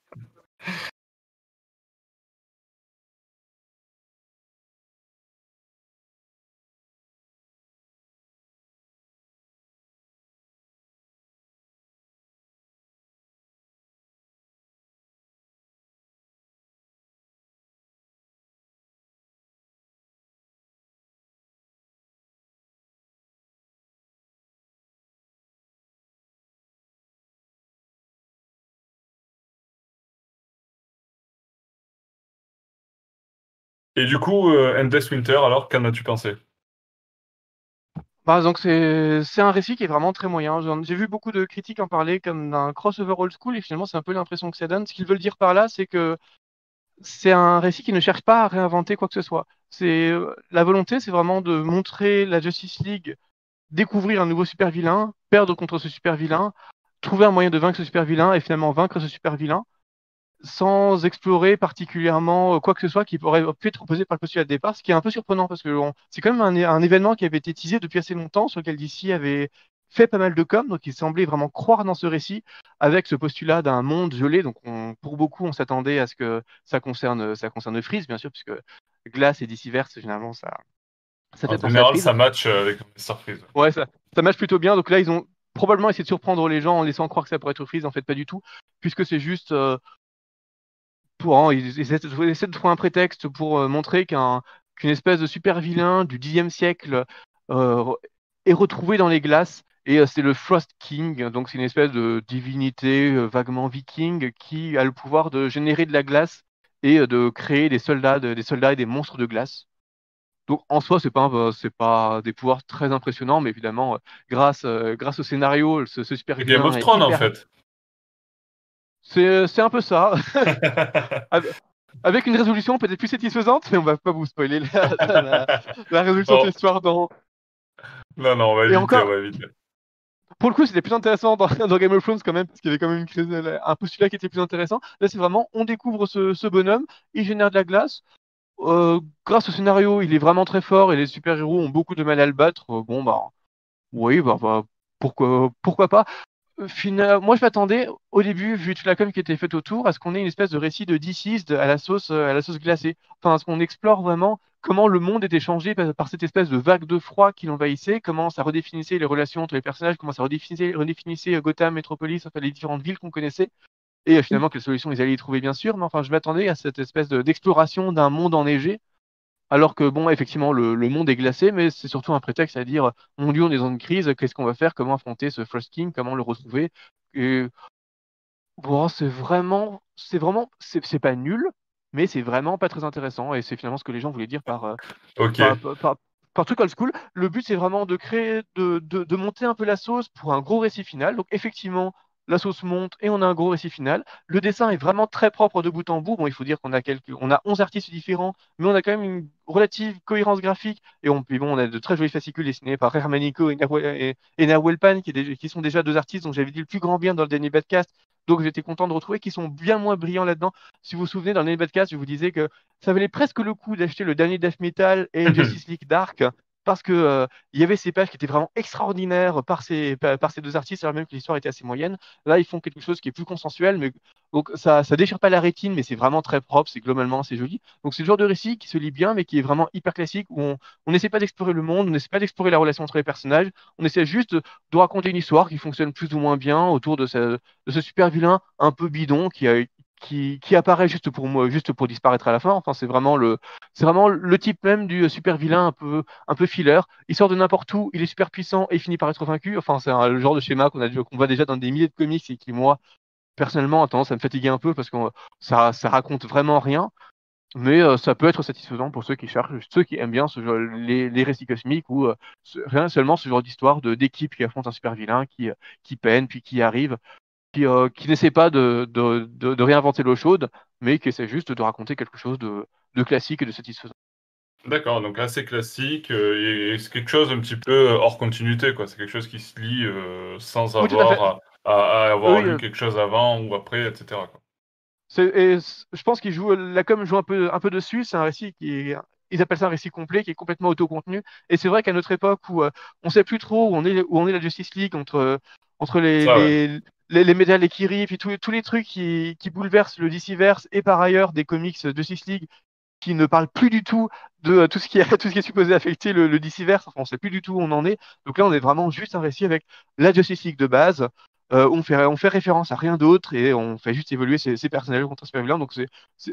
Et du coup, Endless Winter, alors, qu'en as-tu pensé? Donc c'est un récit qui est vraiment très moyen. J'ai vu beaucoup de critiques en parler comme d'un crossover old school et finalement c'est un peu l'impression que ça donne. Ce qu'ils veulent dire par là, c'est que c'est un récit qui ne cherche pas à réinventer quoi que ce soit. La volonté, c'est vraiment de montrer la Justice League découvrir un nouveau super vilain, perdre contre ce super vilain, trouver un moyen de vaincre ce super vilain et finalement vaincre ce super vilain sans explorer particulièrement quoi que ce soit qui pourrait pu être proposé par le postulat de départ, ce qui est un peu surprenant parce que c'est quand même un événement qui avait été teasé depuis assez longtemps, sur lequel DC avait fait pas mal de com, donc il semblait vraiment croire dans ce récit avec ce postulat d'un monde gelé. Donc pour beaucoup, on s'attendait à ce que ça concerne Freeze, bien sûr, puisque Glace et DC-Verse, généralement, ça En fait penser à général, Freeze. ça match avec Surprise. Ouais, ça marche plutôt bien. Donc là, ils ont probablement essayé de surprendre les gens en laissant croire que ça pourrait être Freeze. En fait, pas du tout, puisque c'est juste ils essaient de trouver un prétexte pour montrer qu'une espèce de super vilain du Xe siècle euh, est retrouvé dans les glaces. Et c'est le Frost King, donc c'est une espèce de divinité vaguement viking qui a le pouvoir de générer de la glace et de créer des soldats et des monstres de glace. Donc en soi, c'est pas des pouvoirs très impressionnants, mais évidemment, grâce au scénario, ce super C'est Game vilain of est Thrones, en hyper. fait. C'est un peu ça. Ave- Avec une résolution peut-être plus satisfaisante, mais on va pas vous spoiler la résolution de Bon, l'histoire dans. non, on va Et éviter, on encore, va éviter. pour le coup, c'était plus intéressant dans Game of Thrones quand même, parce qu'il y avait quand même un postulat qui était plus intéressant. Là, c'est vraiment, on découvre ce bonhomme, il génère de la glace. Grâce au scénario, il est vraiment très fort et les super-héros ont beaucoup de mal à le battre. Bon, bah, oui, bah, pourquoi pas. Moi, je m'attendais au début, vu toute la com qui était faite autour, à ce qu'on ait une espèce de récit de DC's à la sauce glacée. Enfin, à ce qu'on explore vraiment comment le monde était changé par cette espèce de vague de froid qui l'envahissait, comment ça redéfinissait les relations entre les personnages, comment ça redéfinissait Gotham, Metropolis, enfin les différentes villes qu'on connaissait. Et finalement, quelle solution ils allaient y trouver, bien sûr. Mais enfin, je m'attendais à cette espèce d'exploration d'un monde enneigé. Alors que, bon, effectivement, le monde est glacé, mais c'est surtout un prétexte à dire, mon Dieu, on est dans une crise, qu'est-ce qu'on va faire, comment affronter ce Frost King, comment le retrouver. Et bon, c'est pas nul, mais c'est vraiment pas très intéressant. Et c'est finalement ce que les gens voulaient dire Ok. par, par, par- par truc old school. Le but, c'est vraiment de créer, de monter un peu la sauce pour un gros récit final. Donc, effectivement, la sauce monte et on a un gros récit final. Le dessin est vraiment très propre de bout en bout. Bon, il faut dire on a 11 artistes différents, mais on a quand même une relative cohérence graphique. Puis bon, on a de très jolis fascicules dessinés par Hermaniko et Nawel Pan, qui sont déjà deux artistes dont j'avais dit le plus grand bien dans le dernier podcast. Donc, j'étais content de retrouver, qui sont bien moins brillants là-dedans. Si vous vous souvenez, dans le dernier podcast, je vous disais que ça valait presque le coup d'acheter le dernier Death Metal et Justice League Dark parce que il y avait ces pages qui étaient vraiment extraordinaires par ces deux artistes, alors même que l'histoire était assez moyenne. Là, ils font quelque chose qui est plus consensuel, mais donc ça déchire pas la rétine, mais c'est vraiment très propre, c'est globalement assez joli. Donc c'est le genre de récit qui se lit bien, mais qui est vraiment hyper classique où on n'essaie pas d'explorer le monde, on n'essaie pas d'explorer la relation entre les personnages, on essaie juste de raconter une histoire qui fonctionne plus ou moins bien autour de ce super vilain un peu bidon qui apparaît juste pour moi, juste pour disparaître à la fin. Enfin, c'est vraiment le type même du super vilain un peu filler. Il sort de n'importe où, il est super puissant et il finit par être vaincu. Enfin, c'est le genre de schéma qu'on voit déjà dans des milliers de comics et qui, moi, personnellement, a tendance à me fatiguer un peu parce que ça raconte vraiment rien. Mais ça peut être satisfaisant pour ceux qui cherchent, ceux qui aiment bien les récits cosmiques ou rien seulement ce genre d'histoire d'équipe qui affronte un super vilain, qui peine, puis qui arrive qui n'essaie pas de réinventer l'eau chaude, mais qui essaie juste de raconter quelque chose de classique et de satisfaisant. D'accord, donc assez classique, et c'est quelque chose un petit peu hors continuité, quoi. C'est quelque chose qui se lit sans Oui, tout à fait. avoir à avoir Oui, lu quelque chose avant ou après, etc., quoi. je pense la com joue un peu dessus. C'est un récit ils appellent ça un récit complet, qui est complètement autocontenu. Et c'est vrai qu'à notre époque où on sait plus trop où on est la Justice League entre Ça, ouais. les médias, les Kiri, puis tous les trucs qui bouleversent le DCverse et par ailleurs des comics Justice League qui ne parle plus du tout de tout ce qui est supposé affecter le DCverse. Enfin, on sait plus du tout où on en est. Donc là, on est vraiment juste un récit avec la Justice League de base. On fait référence à rien d'autre et on fait juste évoluer ces personnages contre super vilains. Donc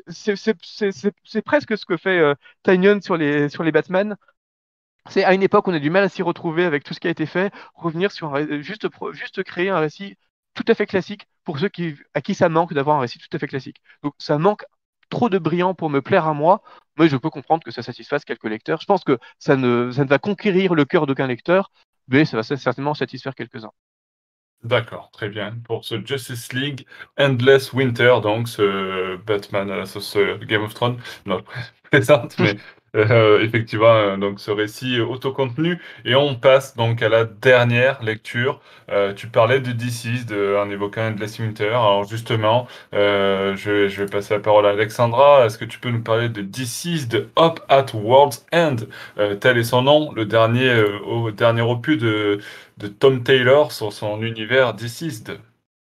c'est presque ce que fait Tynion sur les Batman. C'est à une époque où on a du mal à s'y retrouver avec tout ce qui a été fait, revenir sur juste créer un récit tout à fait classique pour à qui ça manque d'avoir un récit tout à fait classique. Donc ça manque trop de brillant pour me plaire à moi, mais je peux comprendre que ça satisfasse quelques lecteurs. Je pense que ça ne va conquérir le cœur d'aucun lecteur, mais ça va certainement satisfaire quelques-uns. D'accord, très bien. Pour ce Justice League Endless Winter, donc ce Batman à la sauce Game of Thrones, non, je plaisante, mais effectivement, donc ce récit autocontenu. Et on passe donc à la dernière lecture. Tu parlais de DC's en évoquant Endless Winter. Alors justement, je vais passer la parole à Alexandra. Est-ce que tu peux nous parler de DC's de Up at World's End? Tel est son nom, le dernier, au dernier opus de Tom Taylor sur son univers Deceased.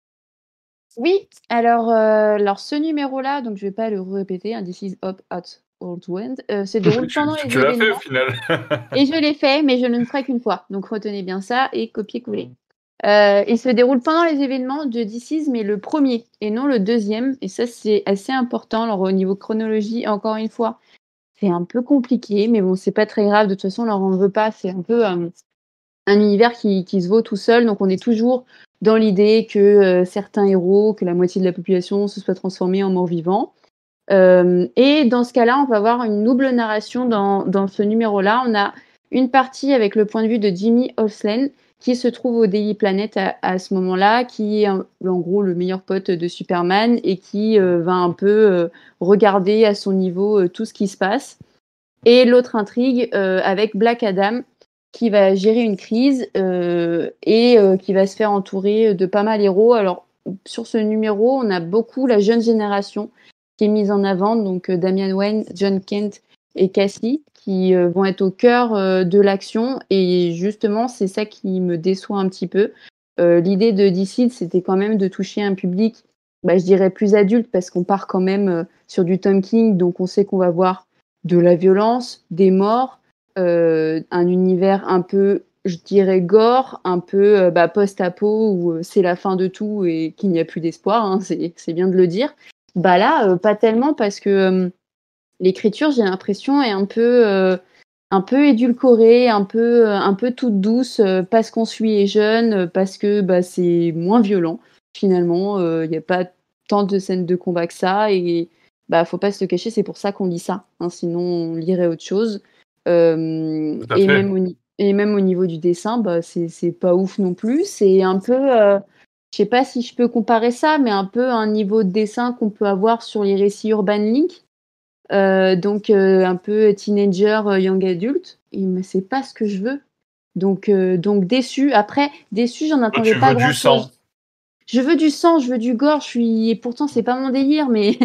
Oui, alors ce numéro-là, donc je vais pas le répéter, hein, This is Up at Old Wind, se déroule pendant les Tu l'as fait au événements final. et je l'ai fait, mais je ne le ferai qu'une fois. Donc retenez bien ça et copier-coller. Il se déroule pendant les événements de This mais le premier et non le deuxième. Et ça, c'est assez important. Alors au niveau chronologie, encore une fois, c'est un peu compliqué, mais bon, c'est pas très grave. De toute façon, on leur en veut pas. C'est un peu un univers qui se vaut tout seul. Donc on est toujours dans l'idée que certains héros, que la moitié de la population se soit transformée en morts-vivants. Et dans ce cas-là, on va avoir une double narration dans ce numéro-là. On a une partie avec le point de vue de Jimmy Olsen, qui se trouve au Daily Planet à ce moment-là, qui est en gros le meilleur pote de Superman et qui va un peu regarder à son niveau tout ce qui se passe. Et l'autre intrigue avec Black Adam, qui va gérer une crise et qui va se faire entourer de pas mal héros. Alors, sur ce numéro, on a beaucoup la jeune génération qui est mise en avant, donc Damian Wayne, John Kent et Cassie, qui vont être au cœur de l'action. Et justement, c'est ça qui me déçoit un petit peu. L'idée de DC, c'était quand même de toucher un public, je dirais plus adulte, parce qu'on part quand même sur du Tom King, donc on sait qu'on va voir de la violence, des morts, un univers un peu, je dirais, gore, un peu post-apo, où c'est la fin de tout et qu'il n'y a plus d'espoir, hein, c'est bien de le dire. Là, pas tellement, parce que l'écriture, j'ai l'impression, est un peu édulcorée, un peu toute douce, parce qu'on suit les jeunes, parce que c'est moins violent, finalement. Il n'y a pas tant de scènes de combat que ça, et faut pas se le cacher, c'est pour ça qu'on lit ça, hein, sinon on lirait autre chose. Tout à Et fait. même au niveau du dessin, c'est pas ouf non plus. C'est un peu, je sais pas si je peux comparer ça, mais un peu un niveau de dessin qu'on peut avoir sur les récits Urban Link. Donc un peu teenager, young adult, mais c'est pas ce que je veux. Donc déçu. Après, déçu, j'en Toi, attendais tu pas veux du grand-chose. sang. Je veux du sang, je veux du gore, et pourtant c'est pas mon délire, mais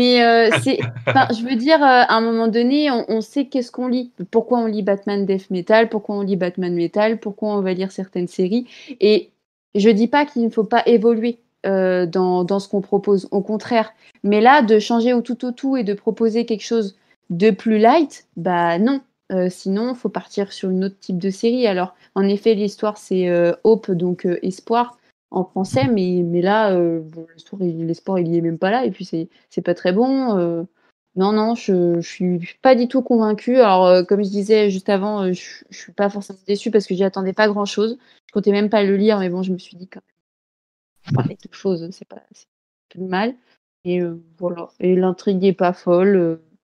enfin, je veux dire, à un moment donné, on sait qu'est-ce qu'on lit, pourquoi on lit Batman Death Metal, pourquoi on lit Batman Metal, pourquoi on va lire certaines séries, et je dis pas qu'il ne faut pas évoluer dans ce qu'on propose, au contraire, mais là, de changer au tout et de proposer quelque chose de plus light, non. Sinon, il faut partir sur une autre type de série. Alors, en effet, l'histoire, c'est Hope, donc espoir en français, mais là, l'espoir, il y est même pas là, et puis c'est pas très bon. Non, je suis pas du tout convaincue. Alors, comme je disais juste avant, je suis pas forcément déçue parce que j'y attendais pas grand-chose. Je comptais même pas le lire, mais bon, je me suis dit quand même, parler de choses, c'est plus mal. Et voilà. Et l'intrigue est pas folle.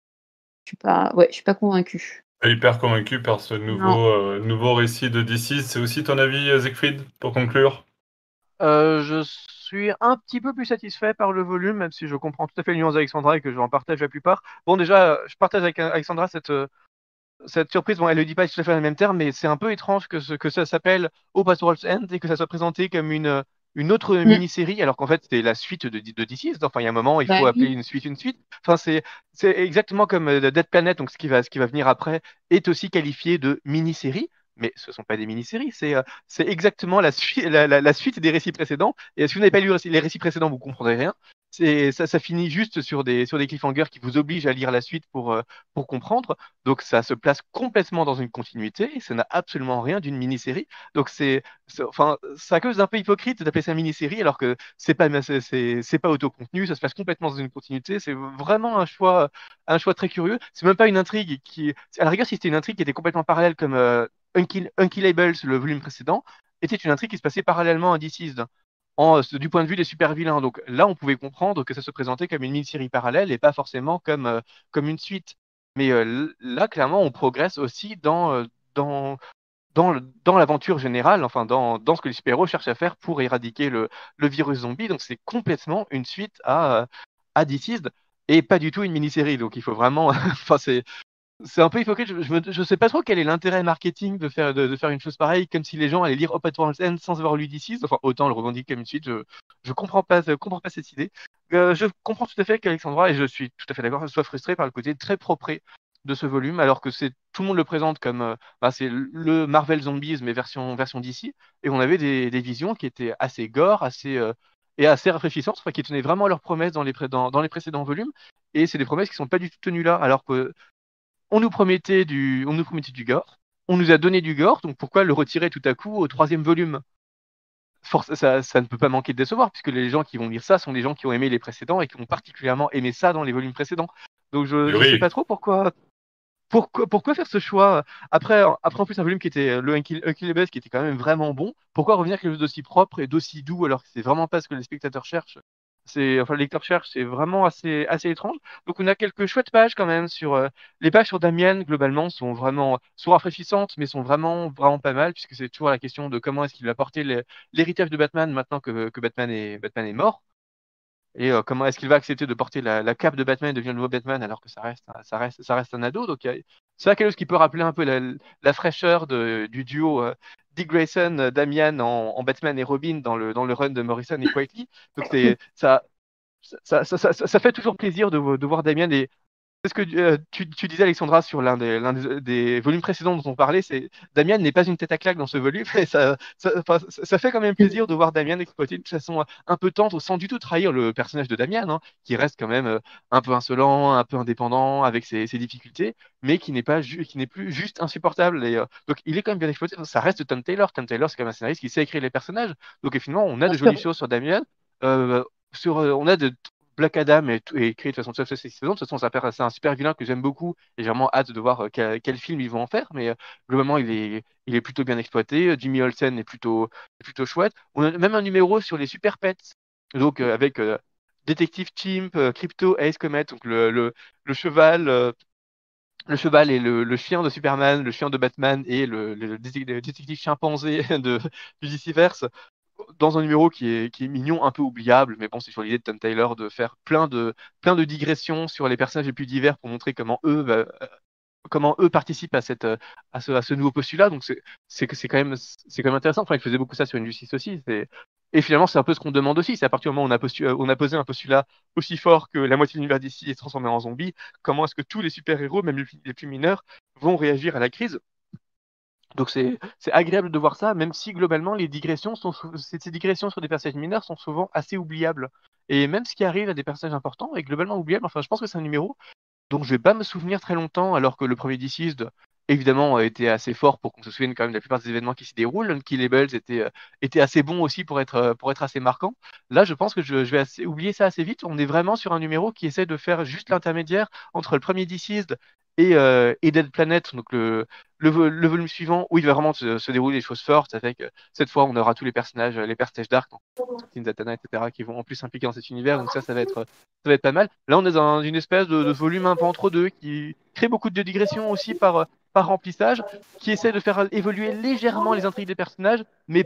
Je suis pas convaincue. Pas hyper convaincu par ce Non. nouveau récit de DC. C'est aussi ton avis, Siegfried, pour conclure? Je suis un petit peu plus satisfait par le volume, même si je comprends tout à fait les nuances d'Alexandra et que j'en partage la plupart. Bon, déjà, je partage avec Alexandra cette surprise. Bon, elle le dit pas tout à fait dans les mêmes termes, mais c'est un peu étrange que ça s'appelle Au Patrol's End et que ça soit présenté comme une autre Mm. mini-série, alors qu'en fait, c'est la suite de DC's. Enfin, il y a un moment, il faut Bah appeler oui. une suite une suite. Enfin, c'est exactement comme Dead Planet, donc ce qui va venir après, est aussi qualifié de mini-série. Mais ce ne sont pas des mini-séries, c'est exactement la suite des récits précédents. Et si vous n'avez pas lu les récits précédents, vous comprendrez rien. Ça finit juste sur des cliffhangers qui vous obligent à lire la suite pour comprendre. Donc ça se place complètement dans une continuité et ça n'a absolument rien d'une mini-série. Donc enfin, ça cause un peu hypocrite d'appeler ça mini-série alors que c'est pas autocontenu, ça se place complètement dans une continuité. C'est vraiment un choix très curieux. C'est même pas une intrigue à la rigueur, si c'était une intrigue qui était complètement parallèle comme Unkillables, le volume précédent, était une intrigue qui se passait parallèlement à Deceased. Du point de vue des super-vilains. Donc là, on pouvait comprendre que ça se présentait comme une mini-série parallèle et pas forcément comme une suite. Mais là, clairement, on progresse aussi dans l'aventure générale, enfin dans ce que les super-héros cherchent à faire pour éradiquer le virus zombie. Donc c'est complètement une suite à Deceased et pas du tout une mini-série. Donc il faut vraiment, enfin c'est un peu hypocrite. Je sais pas trop quel est l'intérêt marketing de faire une chose pareille, comme si les gens allaient lire Up at World's End sans avoir lu Deceased. Enfin, autant le revendiquer comme une suite. Je comprends pas cette idée. Je comprends tout à fait qu'Alexandra, et je suis tout à fait d'accord, soit frustré par le côté très propre de ce volume, alors que tout le monde le présente comme c'est le Marvel Zombies, mais version DC. Et on avait des visions qui étaient assez gore, et assez rafraîchissantes, enfin, qui tenaient vraiment leurs promesses dans les précédents volumes. Et c'est des promesses qui sont pas du tout tenues là, alors que on nous promettait du gore, on nous a donné du gore, donc pourquoi le retirer tout à coup au troisième volume? Ça ne peut pas manquer de décevoir, puisque les gens qui vont lire ça sont les gens qui ont aimé les précédents et qui ont particulièrement aimé ça dans les volumes précédents. Donc Et je ne sais oui, pas trop pourquoi faire ce choix. Après en plus un volume qui était le Unkillables, qui était quand même vraiment bon, pourquoi revenir à quelque chose d'aussi propre et d'aussi doux alors que c'est vraiment pas ce que les spectateurs cherchent? le lecteur cherche, c'est vraiment assez étrange. Donc on a quelques chouettes pages quand même sur les pages sur Damian globalement sont rafraîchissantes, mais sont vraiment pas mal puisque c'est toujours la question de comment est-ce qu'il va porter l'héritage de Batman maintenant que Batman est mort. Et comment est-ce qu'il va accepter de porter la cape de Batman et devenir le nouveau Batman alors que ça reste un ado. Donc c'est quelque chose qui peut rappeler un peu la fraîcheur du duo Dick Grayson, Damian en Batman et Robin dans le run de Morrison et Quietly. Donc ça fait toujours plaisir de voir Damian. Et c'est ce que tu disais, Alexandra, sur l'un des volumes précédents dont on parlait, c'est Damian n'est pas une tête à claque dans ce volume, et ça fait quand même plaisir de voir Damian exploiter de façon un peu tendre, sans du tout trahir le personnage de Damian, hein, qui reste quand même un peu insolent, un peu indépendant, avec ses difficultés, mais qui n'est plus juste insupportable. Et, donc il est quand même bien exploité. Ça reste Tom Taylor. Tom Taylor, c'est quand même un scénariste qui sait écrire les personnages. Donc finalement, on a de jolies choses sur Damian. On a de Black Adam est écrit de façon tout à fait saison. De toute façon, c'est un super vilain que j'aime beaucoup et j'ai vraiment hâte de voir quel film ils vont en faire. Mais globalement, il est plutôt bien exploité. Jimmy Olsen est plutôt chouette. On a même un numéro sur les super pets, donc avec Détective Chimp, Crypto, Ace Comet, donc le cheval. Le cheval et le chien de Superman, le chien de Batman et le détective chimpanzé du DC-verse dans un numéro qui est mignon, un peu oubliable, mais bon, c'est sur l'idée de Tom Taylor de faire plein de digressions sur les personnages les plus divers pour montrer comment eux participent à ce nouveau postulat. Donc c'est quand même intéressant. Enfin, il faisait beaucoup ça sur Injustice aussi. Et finalement, c'est un peu ce qu'on demande aussi. C'est à partir du moment où on a posé un postulat aussi fort que la moitié de l'univers d'ici est transformé en zombie, comment est-ce que tous les super-héros, même les plus mineurs, vont réagir à la crise? Donc c'est agréable de voir ça, même si globalement ces digressions sur des personnages mineurs sont souvent assez oubliables. Et même ce qui arrive à des personnages importants est globalement oubliable. Enfin, je pense que c'est un numéro dont je vais pas me souvenir très longtemps, alors que le premier Deceased, évidemment, a été assez fort pour qu'on se souvienne quand même de la plupart des événements qui s'y déroulent. Unkillables était assez bon aussi pour être assez marquant. Là, je pense que je vais oublier ça assez vite. On est vraiment sur un numéro qui essaie de faire juste l'intermédiaire entre le premier Deceased et Dead Planet, donc le volume suivant, où il va vraiment se dérouler des choses fortes, avec cette fois, on aura tous les personnages d'Arc, donc Teen Zatanna, etc., qui vont en plus s'impliquer dans cet univers, donc ça va être pas mal. Là, on est dans une espèce de volume un peu entre deux, qui crée beaucoup de digressions aussi par remplissage, qui essaie de faire évoluer légèrement les intrigues des personnages, mais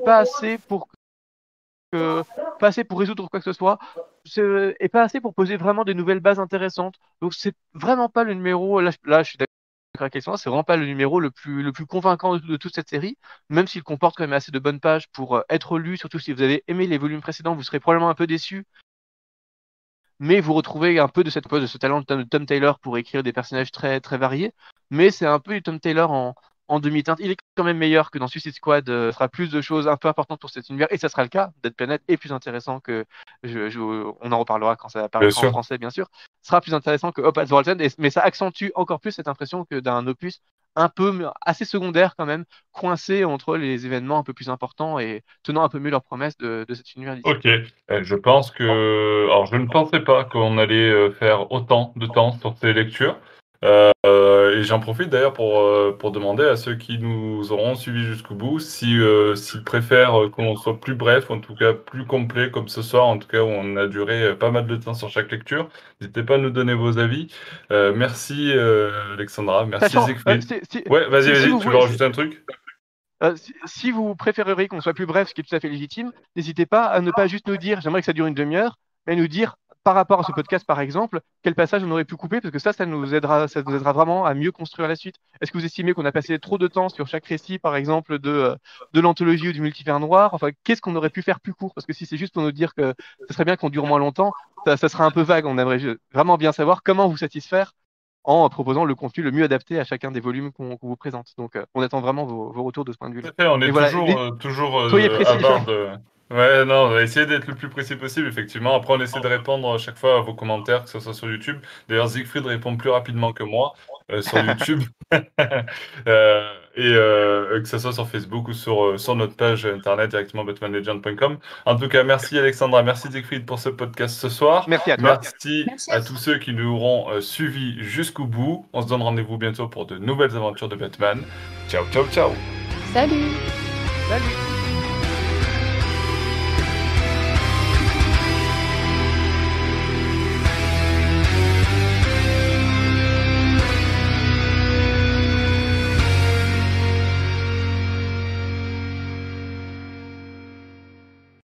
pas assez pour résoudre quoi que ce soit, et pas assez pour poser vraiment des nouvelles bases intéressantes. Donc c'est vraiment pas le numéro, là je suis d'accord avec Alexandre, c'est vraiment pas le numéro le plus convaincant de toute cette série, même s'il comporte quand même assez de bonnes pages pour être lu, surtout si vous avez aimé les volumes précédents, vous serez probablement un peu déçu, mais vous retrouvez un peu de ce talent de Tom Taylor pour écrire des personnages très, très variés. Mais c'est un peu du Tom Taylor en demi-teinte. Il est quand même meilleur que dans Suicide Squad, fera plus de choses un peu importantes pour cet univers, et ça sera le cas. Dead Planet est plus intéressant que. On en reparlera quand ça Bien apparaîtra en sûr. français, bien sûr. Sera plus intéressant que Hope at the World's End, mais ça accentue encore plus cette impression que d'un opus un peu assez secondaire quand même, coincé entre les événements un peu plus importants et tenant un peu mieux leurs promesses de cet univers d'ici. Ok, je pense que... Alors, je ne pensais pas qu'on allait faire autant de temps sur ces lectures. Et j'en profite d'ailleurs pour demander à ceux qui nous auront suivis jusqu'au bout s'ils préfèrent qu'on soit plus bref, ou en tout cas plus complet comme ce soir, en tout cas où on a duré pas mal de temps sur chaque lecture. N'hésitez pas à nous donner vos avis. Merci Alexandra, merci Sachant, Siegfried. Ouais, vas-y, si vous tu veux voulez, rajouter un truc? si vous préféreriez qu'on soit plus bref, ce qui est tout à fait légitime, n'hésitez pas à ne pas juste nous dire, j'aimerais que ça dure une demi-heure, mais nous dire, par rapport à ce podcast, par exemple, quel passage on aurait pu couper, parce que ça nous aidera vraiment à mieux construire la suite. Est-ce que vous estimez qu'on a passé trop de temps sur chaque récit, par exemple, de l'anthologie ou du multivers noir? Enfin, qu'est-ce qu'on aurait pu faire plus court? Parce que si c'est juste pour nous dire que ce serait bien qu'on dure moins longtemps, ça sera un peu vague. On aimerait vraiment bien savoir comment vous satisfaire en proposant le contenu le mieux adapté à chacun des volumes qu'on vous présente. Donc, on attend vraiment vos retours de ce point de Tout vue-là. à fait, on Mais est voilà, toujours soyez à précis. barre de... Ouais, non, on va essayer d'être le plus précis possible, effectivement. Après, on essaie de répondre à chaque fois à vos commentaires, que ce soit sur YouTube. D'ailleurs, Siegfried répond plus rapidement que moi sur YouTube. Que ce soit sur Facebook ou sur notre page internet directement batmanlegend.com. En tout cas, merci Alexandra, merci Siegfried pour ce podcast ce soir. Merci à toi. Merci Merci à tous ceux qui nous auront suivis jusqu'au bout. On se donne rendez-vous bientôt pour de nouvelles aventures de Batman. Ciao, ciao, ciao. Salut! Salut.